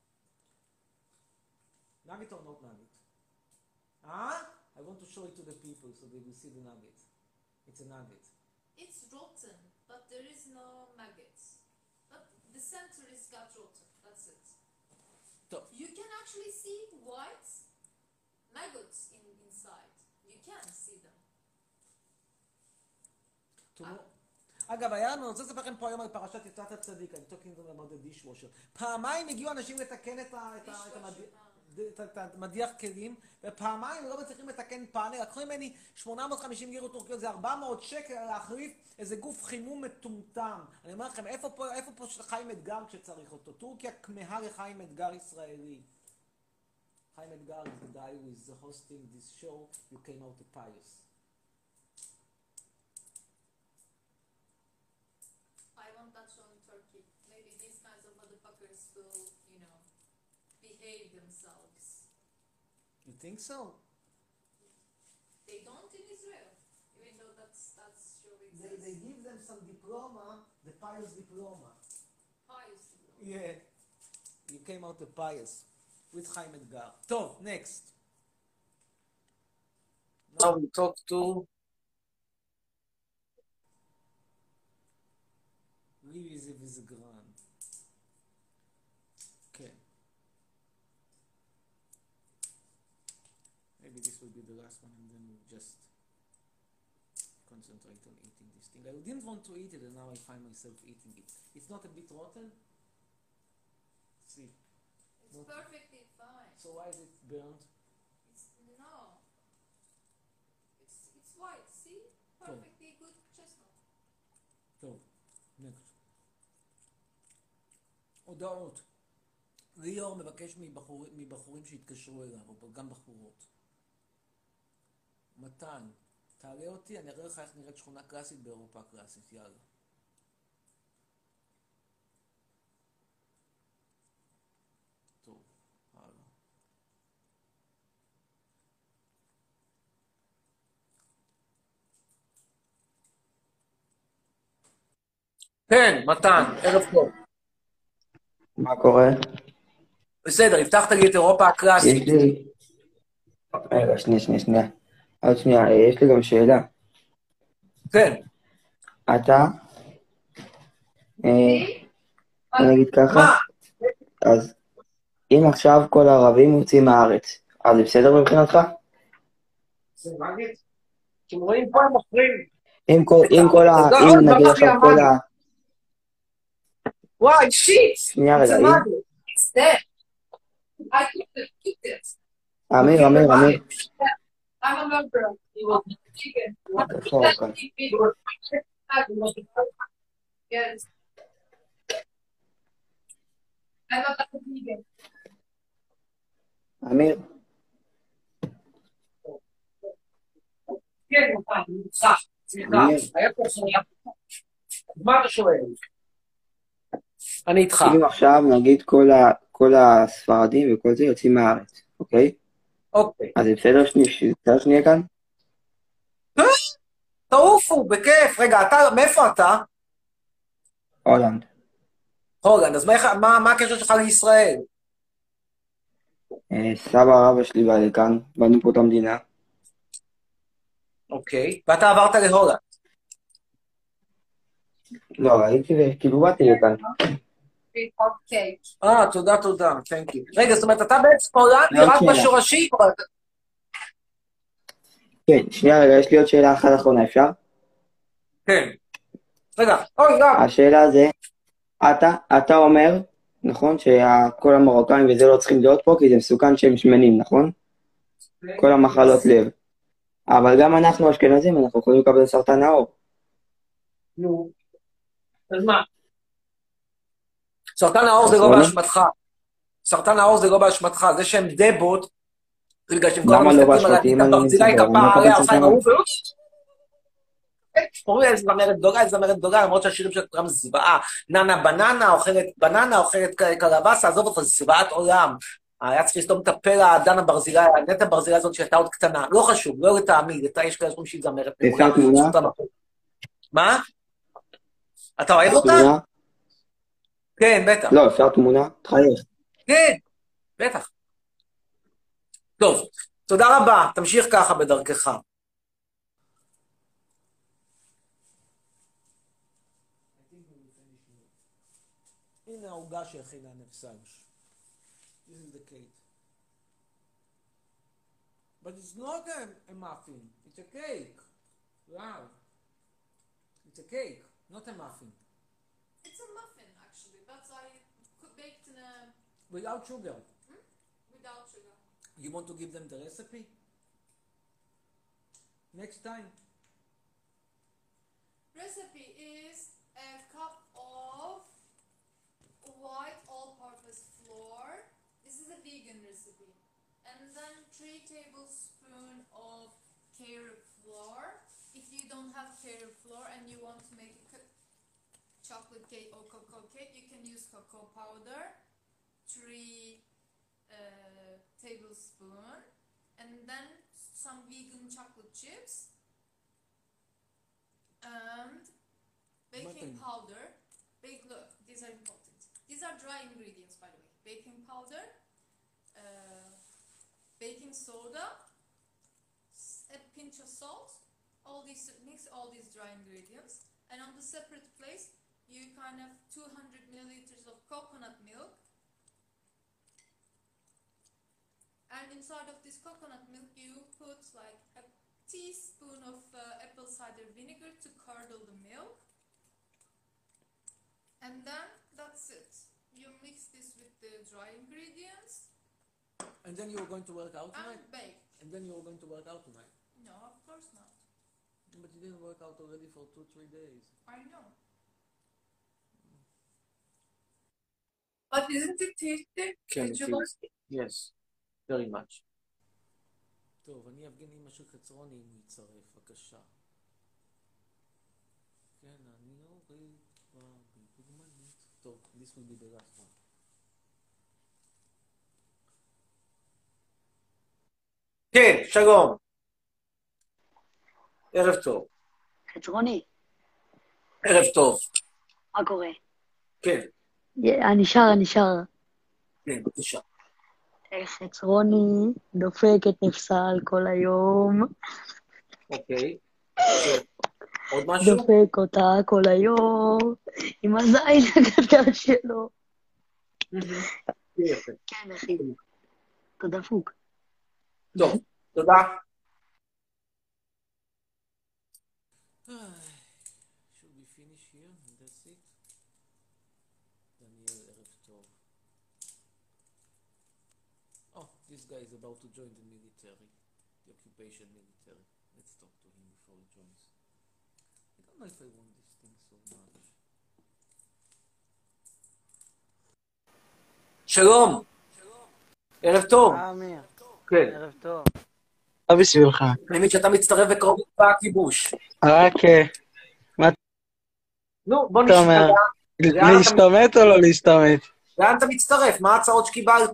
Nugget or not nugget? Huh? I want to show it to the people so they will see the nugget. It's a nugget. It's rotten, but there is no maggots. But the center is got rotten. That's it. טוב. You can actually see white maggots in inside. You can see them. אגב, היה לנו, אני רוצה לספר לכם פה היום על פרשת יצאת הצדיק, אני talking about the dishwasher. פעמיים הגיעו אנשים לתקן את ה- את ה- את המדיח- את ה- את המדיח כלים, ופעמיים לא מצליחים לתקן פאנל. לקחו ממני שמונה מאות וחמישים לירות טורקיות, זה ארבע מאות שקל להחליף איזה גוף חימום מטומטם. אני אומר לכם, איפה פה, איפה פה חיים אתגר כשצריך אותו? טורקיה כמהה לחיים אתגר ישראלי. חיים אתגר is the guy who is hosting this show, you came out to pious. I want that show in Turkey. Maybe these kinds of motherfuckers will, you know, behave themselves. You think so? They don't in Israel, even though that's that's show They, exists. they give them some diploma, the pious diploma. Pious. Yeah. You came out the pious with Chaim Edgar. טוב, next. Now we talk to Louis Vizegran. Okay. Maybe this will be the last one and then we'll just concentrate on eating this thing. I didn't want to eat it and now I find myself eating it. It's not a bit rotten? See. It's Not- perfectly fine. So why is it burnt? It's no. It's it's white. See, perfectly good chestnut. טוב, next. הודעות. ליאור מבקש מבחור, מבחורים שהתקשרו אליו, או גם בחורות. מתן, תעלה אותי, אני אראה לך איך נראית שכונה קלאסית באירופה הקלאסית, יאללה. טוב, הלאה. כן, מתן, ערב טוב. מה קורה? בסדר, הבטחת לי את אירופה יש הקלאסית. לי... רגע, שנייה, שנייה, שנייה. עוד שנייה, אה, יש לי גם שאלה. כן. אתה, אה, בוא נגיד ככה, מה? אז אם עכשיו כל הערבים יוצאים מהארץ, אז זה בסדר מבחינתך? זה מעניין. אתם רואים פה הם מוכרים. אם כל, אם כל ה... זה אם עוד נגיד דבר עכשיו הכי כל אמרתי. ה... וואי, שיט! שנייה רגע, זה אם... מה זה? It's dead. I couldn't keep this. אמיר, אמיר, אמיר. I'm a member. You will be taken. איפה הוא כאן? Yes. I'm a vegan. אמיר, כן, סליחה, סליחה. אמיר, היה פה סליחה. מה אתה שואל? אני איתך. אם עכשיו נגיד כל ה... כל הספרדים וכל זה יוצאים מהארץ, אוקיי? אוקיי. אז זה בסדר שני- בסדר שנהיה כאן? תעופו, בכיף. רגע, אתה, מאיפה אתה? הולנד. הולנד, אז מה- מה מה הקשר שלך לישראל? אה, סבא רבא שלי בא לכאן, באנו פה את המדינה. אוקיי. ואתה עברת להולנד. לא, ראיתי וכאילו באתי לכאן. אוקיי. אה, תודה, תודה. Thank you. רגע, זאת אומרת, אתה בעצם הולנדי עוד רק שאלה. בשורשים? כן, שנייה רגע, יש לי עוד שאלה אחת אחרונה, אפשר? כן. רגע, אוי, גם. השאלה זה, אתה, אתה אומר, נכון, שכל המרוקאים וזה לא צריכים להיות פה, כי זה מסוכן שהם שמנים, נכון? כל המחלות לב. אבל גם אנחנו אשכנזים, אנחנו יכולים לקבל סרטן העור. נו. אז מה? סרטן העור זה לא נכון? באשמתך. סרטן העור זה לא באשמתך. זה שהם דבות, בגלל שהם כל למה הזמן לא מסתכלים על באשמתי? אם אני הברזילאי מסתדר, אני לא כפרה מקבל עליה, סרטן עושה עם העור. ההוא, ולא... קוראים לה איזה זמרת גדולה, איזה זמרת גדולה, למרות שהשירים שלה כולם זוועה. ננה בננה, אוכלת בננה, אוכלת קלבסה, עזוב אותך, זה זוועת עולם. היה צריך לסתום את הפה לדנה ברזילאי, הנטע ברזילאי הזאת שהייתה עוד קטנה. לא חשוב, לא לתעמיד, יש כאלה שאומרים שהיא זמרת מעולה. אפשר תמונה? זכותה בחוק. מה? אתה אוהב אותה? תמונה? כן, בטח. לא, אפשר תמונה? תחייך. כן, בטח. טוב, תודה רבה, תמשיך ככה בדרכך. הנה העוגה שהכינה נפסג'. This is the cake. But it's not a, a muffin, it's a cake. Wow. It's a cake, not a muffin. It's a muffin, actually, but I could baked in a... Without sugar. Hmm? Without sugar. You want to give them the recipe? Next time. Recipe is a cup of white all-purpose flour. This is a vegan recipe. And then three tablespoons of carob flour. If you don't have carob flour and you want to make a chocolate cake or cocoa cake, you can use cocoa powder. Three uh, tablespoons. And then some vegan chocolate chips. And baking Mutton. powder. Bake, look, these are important. These are dry ingredients, by the way. Baking powder, uh, baking soda, s- a pinch of salt. All these mix all these dry ingredients, and on the separate place, you kind of two hundred milliliters of coconut milk. And inside of this coconut milk, you put like a teaspoon of uh, apple cider vinegar to curdle the milk. And then that's it. You mix this with the dry ingredients And then you're going to work out and tonight? bake. And then you're going to work out tonight? No, of course not. But you didn't work out already for two, three days. I know. But isn't it tasty? כן, Did you it like is. Yes, very much. טוב, אני אבגן אמא של חצרוני אם הוא יצרף, בבקשה. כן, אני אוריד כבר בדוגמנית. טוב, this will be the last one. כן, שלום. ערב טוב. חצרוני, ערב טוב. מה קורה? כן. אני שרה, אני שרה. כן, בבקשה. חצרוני דופקת נפסל כל היום. אוקיי. עוד משהו? דופק אותה כל היום, עם הזין הקטן שלו. כן, אחי. אתה דפוק. טוב, תודה. Should we finish here? That's it. דניאל, ערב טוב. Oh, this guy is about to join the military, the occupation military. Let's talk to him before he joins. I don't know if I want this thing so much. שלום. ערב טוב. אמיר. כן. ערב טוב. מה בשבילך? אני מבין שאתה מצטרף וקרוב לבא הכיבוש. רק... מה נו, בוא אתה אומר? נשמע. להשתמט או לא להשתמט? לאן אתה מצטרף? מה ההצעות שקיבלת?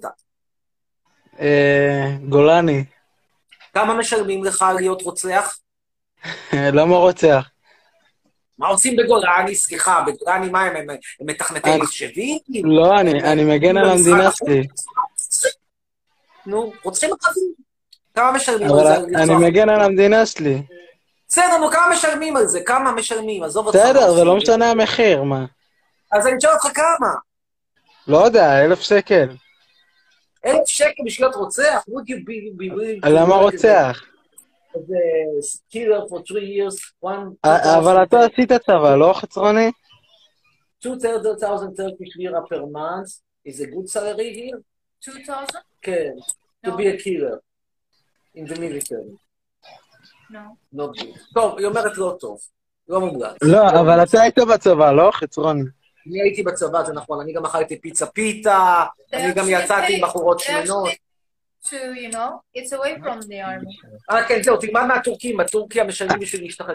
גולני. כמה משלמים לך להיות רוצח? למה רוצח? מה עושים בגולני? סליחה, בגולני מה הם? הם מתכנתי מחשבים? לא, אני מגן על המדינה שלי. נו, רוצחים ערבים. כמה משלמים על זה? אני מגן על המדינה שלי. בסדר, נו, כמה משלמים על זה? כמה משלמים? עזוב אותך. בסדר, זה לא משנה המחיר, מה? אז אני אשאל אותך כמה. לא יודע, אלף שקל. אלף שקל בשביל להיות רוצח? would you be... למה רוצח? זה killer for three years, one... אבל אתה עשית צבא, לא חצרוני? two thousand Turkish lira per month is a good salary here? two thousand? כן, to be a killer in the military. No. לא good. טוב, היא אומרת לא טוב, לא מומלץ. לא, אבל אתה היית בצבא, לא חצרוני? אני הייתי בצבא, זה נכון, אני גם אכלתי פיצה פיתה, אני גם יצאתי עם בחורות שמנות. To, you know, it's away from the army. אה, כן, זהו, תלמד מהטורקים, בטורקיה משלמים בשביל להשתחרר.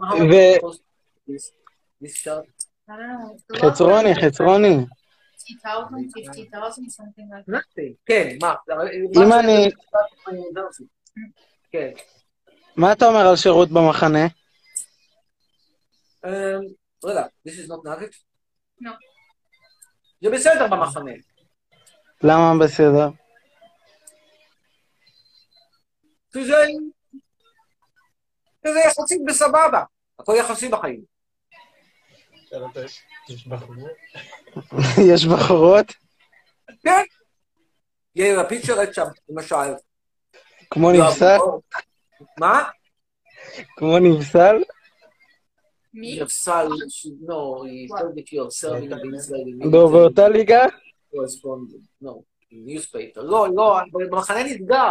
חצרוני, חצרוני. fifty thousand, fifty thousand, something like that. כן, מה? אם אני... כן. מה אתה אומר על שירות במחנה? רגע, this is not nugget? No. זה בסדר במחנה. למה בסדר? כי זה... זה יחסית בסבבה. הכל יחסי בחיים. יש בחורות? יש בחורות? כן. יאיר לפיד שרת שם, למשל. כמו נפסל? מה? כמו נפסל? מי? נפסל, לא, היא סרדית יורסרמינג בישראל. באותה ליגה? לא, ניוספייפר. לא, לא, במחנה נסגר.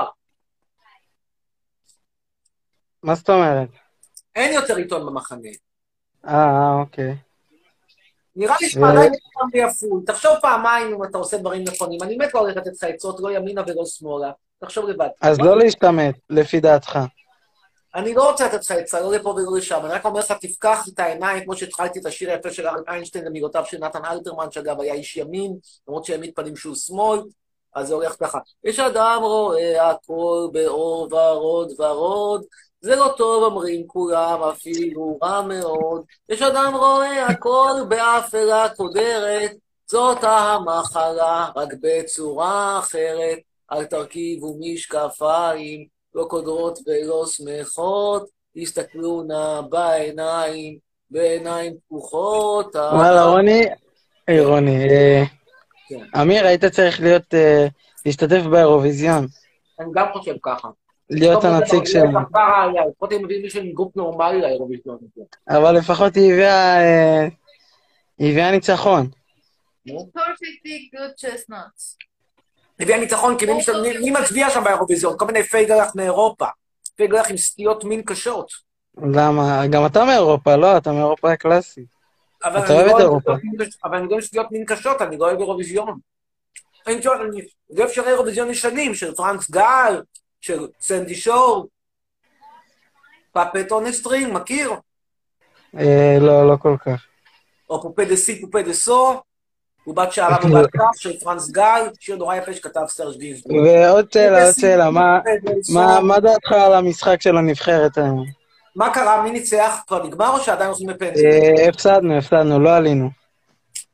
מה זאת אומרת? אין יותר עיתון במחנה. אה, אוקיי. נראה לי שעדיין פעם ביפול. תחשוב פעמיים אם אתה עושה דברים נכונים. אני מת לא הולכת לתת לך עצות, לא ימינה ולא שמאלה. תחשוב לבד. אז לא להשתמט, לפי דעתך. אני לא רוצה לתת לך עצה, לא לפה ולא לשם. אני רק אומר לך, תפקח את העיניים, כמו שהתחלתי את השיר היפה של אריק איינשטיין למילותיו של נתן אלתרמן, שאגב היה איש ימין, למרות שהם מתפנים שהוא שמאל, אז זה הולך ככה. יש אדם רואה הכל באור ורוד ורוד, זה לא טוב, אומרים כולם, אפילו רע מאוד. יש אדם רואה הכל באפלה קודרת, זאת המחלה, רק בצורה אחרת. אל תרכיבו משקפיים, לא קודרות ולא שמחות, תסתכלו נא בעיניים, בעיניים פקוחות. וואלה, רוני, היי רוני, אמיר, היית צריך להיות, להשתתף באירוויזיון. אני גם חושב ככה. להיות הנציג שלי. לפחות הם מביאים מישהו עם גוף נורמלי לאירוויזיון. אבל לפחות היא הביאה ניצחון. Perfectly good chestnuts. הביאה ניצחון, כי מי מצביע שם באירוויזיון? כל מיני פייגלח מאירופה. פייגלח עם סטיות מין קשות. למה? גם אתה מאירופה, לא? אתה מאירופה הקלאסי. אתה אוהב את אירופה. אבל אני לא עם סטיות מין קשות, אני לא אוהב אירוויזיון. אני לא אפשר אירוויזיון ישנים, של פרנס גל, של סנדי שור, פאפט און סטרינג, מכיר? לא, לא כל כך. או פופה דה סי, פופה דה סו, הוא בת שערה ובת כף של פרנס גל, שיר נורא יפה שכתב סרש גינסבורג. ועוד שאלה, עוד שאלה, מה דעתך על המשחק של הנבחרת היום? מה קרה? מי ניצח? כבר נגמר או שעדיין עושים בפנסיה? הפסדנו, הפסדנו, לא עלינו.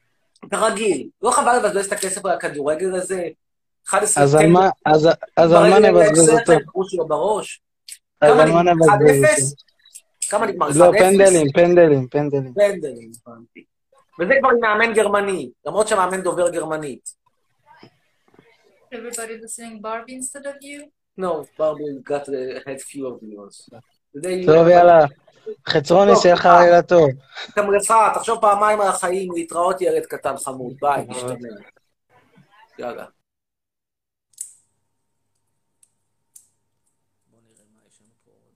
כרגיל. לא חבל לבזבז את הכסף על הכדורגל הזה? אחד עשרה אז על ספטמבר, מה, אז אז על מה נבזבז אותו? הוא שלו בראש. אז כמה על מה נגמר? אחד נבזבז אפס? אותו? כמה נגמר? לא, אחד אפס? פנדלים, פנדלים, פנדלים. פנדלים, הבנתי. וזה כבר עם מאמן גרמני, למרות שהמאמן דובר גרמנית. Everybody listening Barbie instead of you? No, Barbie got a head few of yours. טוב, יאללה. חצרוני, שיהיה לך לילה טוב. תמרצך, תחשוב פעמיים על החיים, להתראות ילד קטן חמוד. ביי, נשתמע. יאללה. בוא נראה מה יש לנו פה עוד.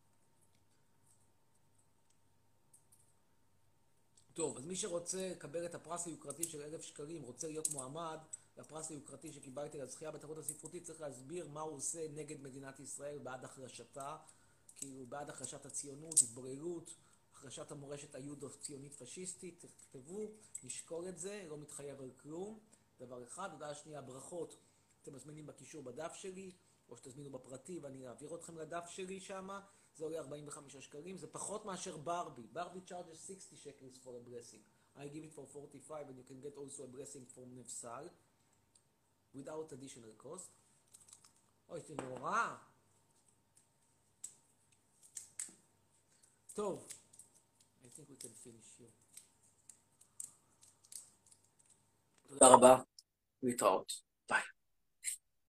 טוב, אז מי שרוצה לקבל את הפרס היוקרתי של אלף שקלים, רוצה להיות מועמד לפרס היוקרתי שקיבלתי לזכייה בתחרות הספרותית, צריך להסביר מה הוא עושה נגד מדינת ישראל, בעד החרשתה, כאילו בעד החרשת הציונות, התבוללות, החרשת המורשת היהודו-ציונית פשיסטית. תכתבו, נשקול את זה, לא מתחייב על כלום. דבר אחד. הודעה שנייה, ברכות. אתם מזמינים בקישור בדף שלי, או שתזמינו בפרטי ואני אעביר אתכם לדף שלי שמה. זה עולה ארבעים וחמישה שקלים, זה פחות מאשר ברבי. ברבי charges sixty shekels for a blessing. I give it for forty-five and you can get also a blessing from נפסל without additional cost. אוי, זה נורא. טוב. I think we can finish here. תודה רבה. להתראות.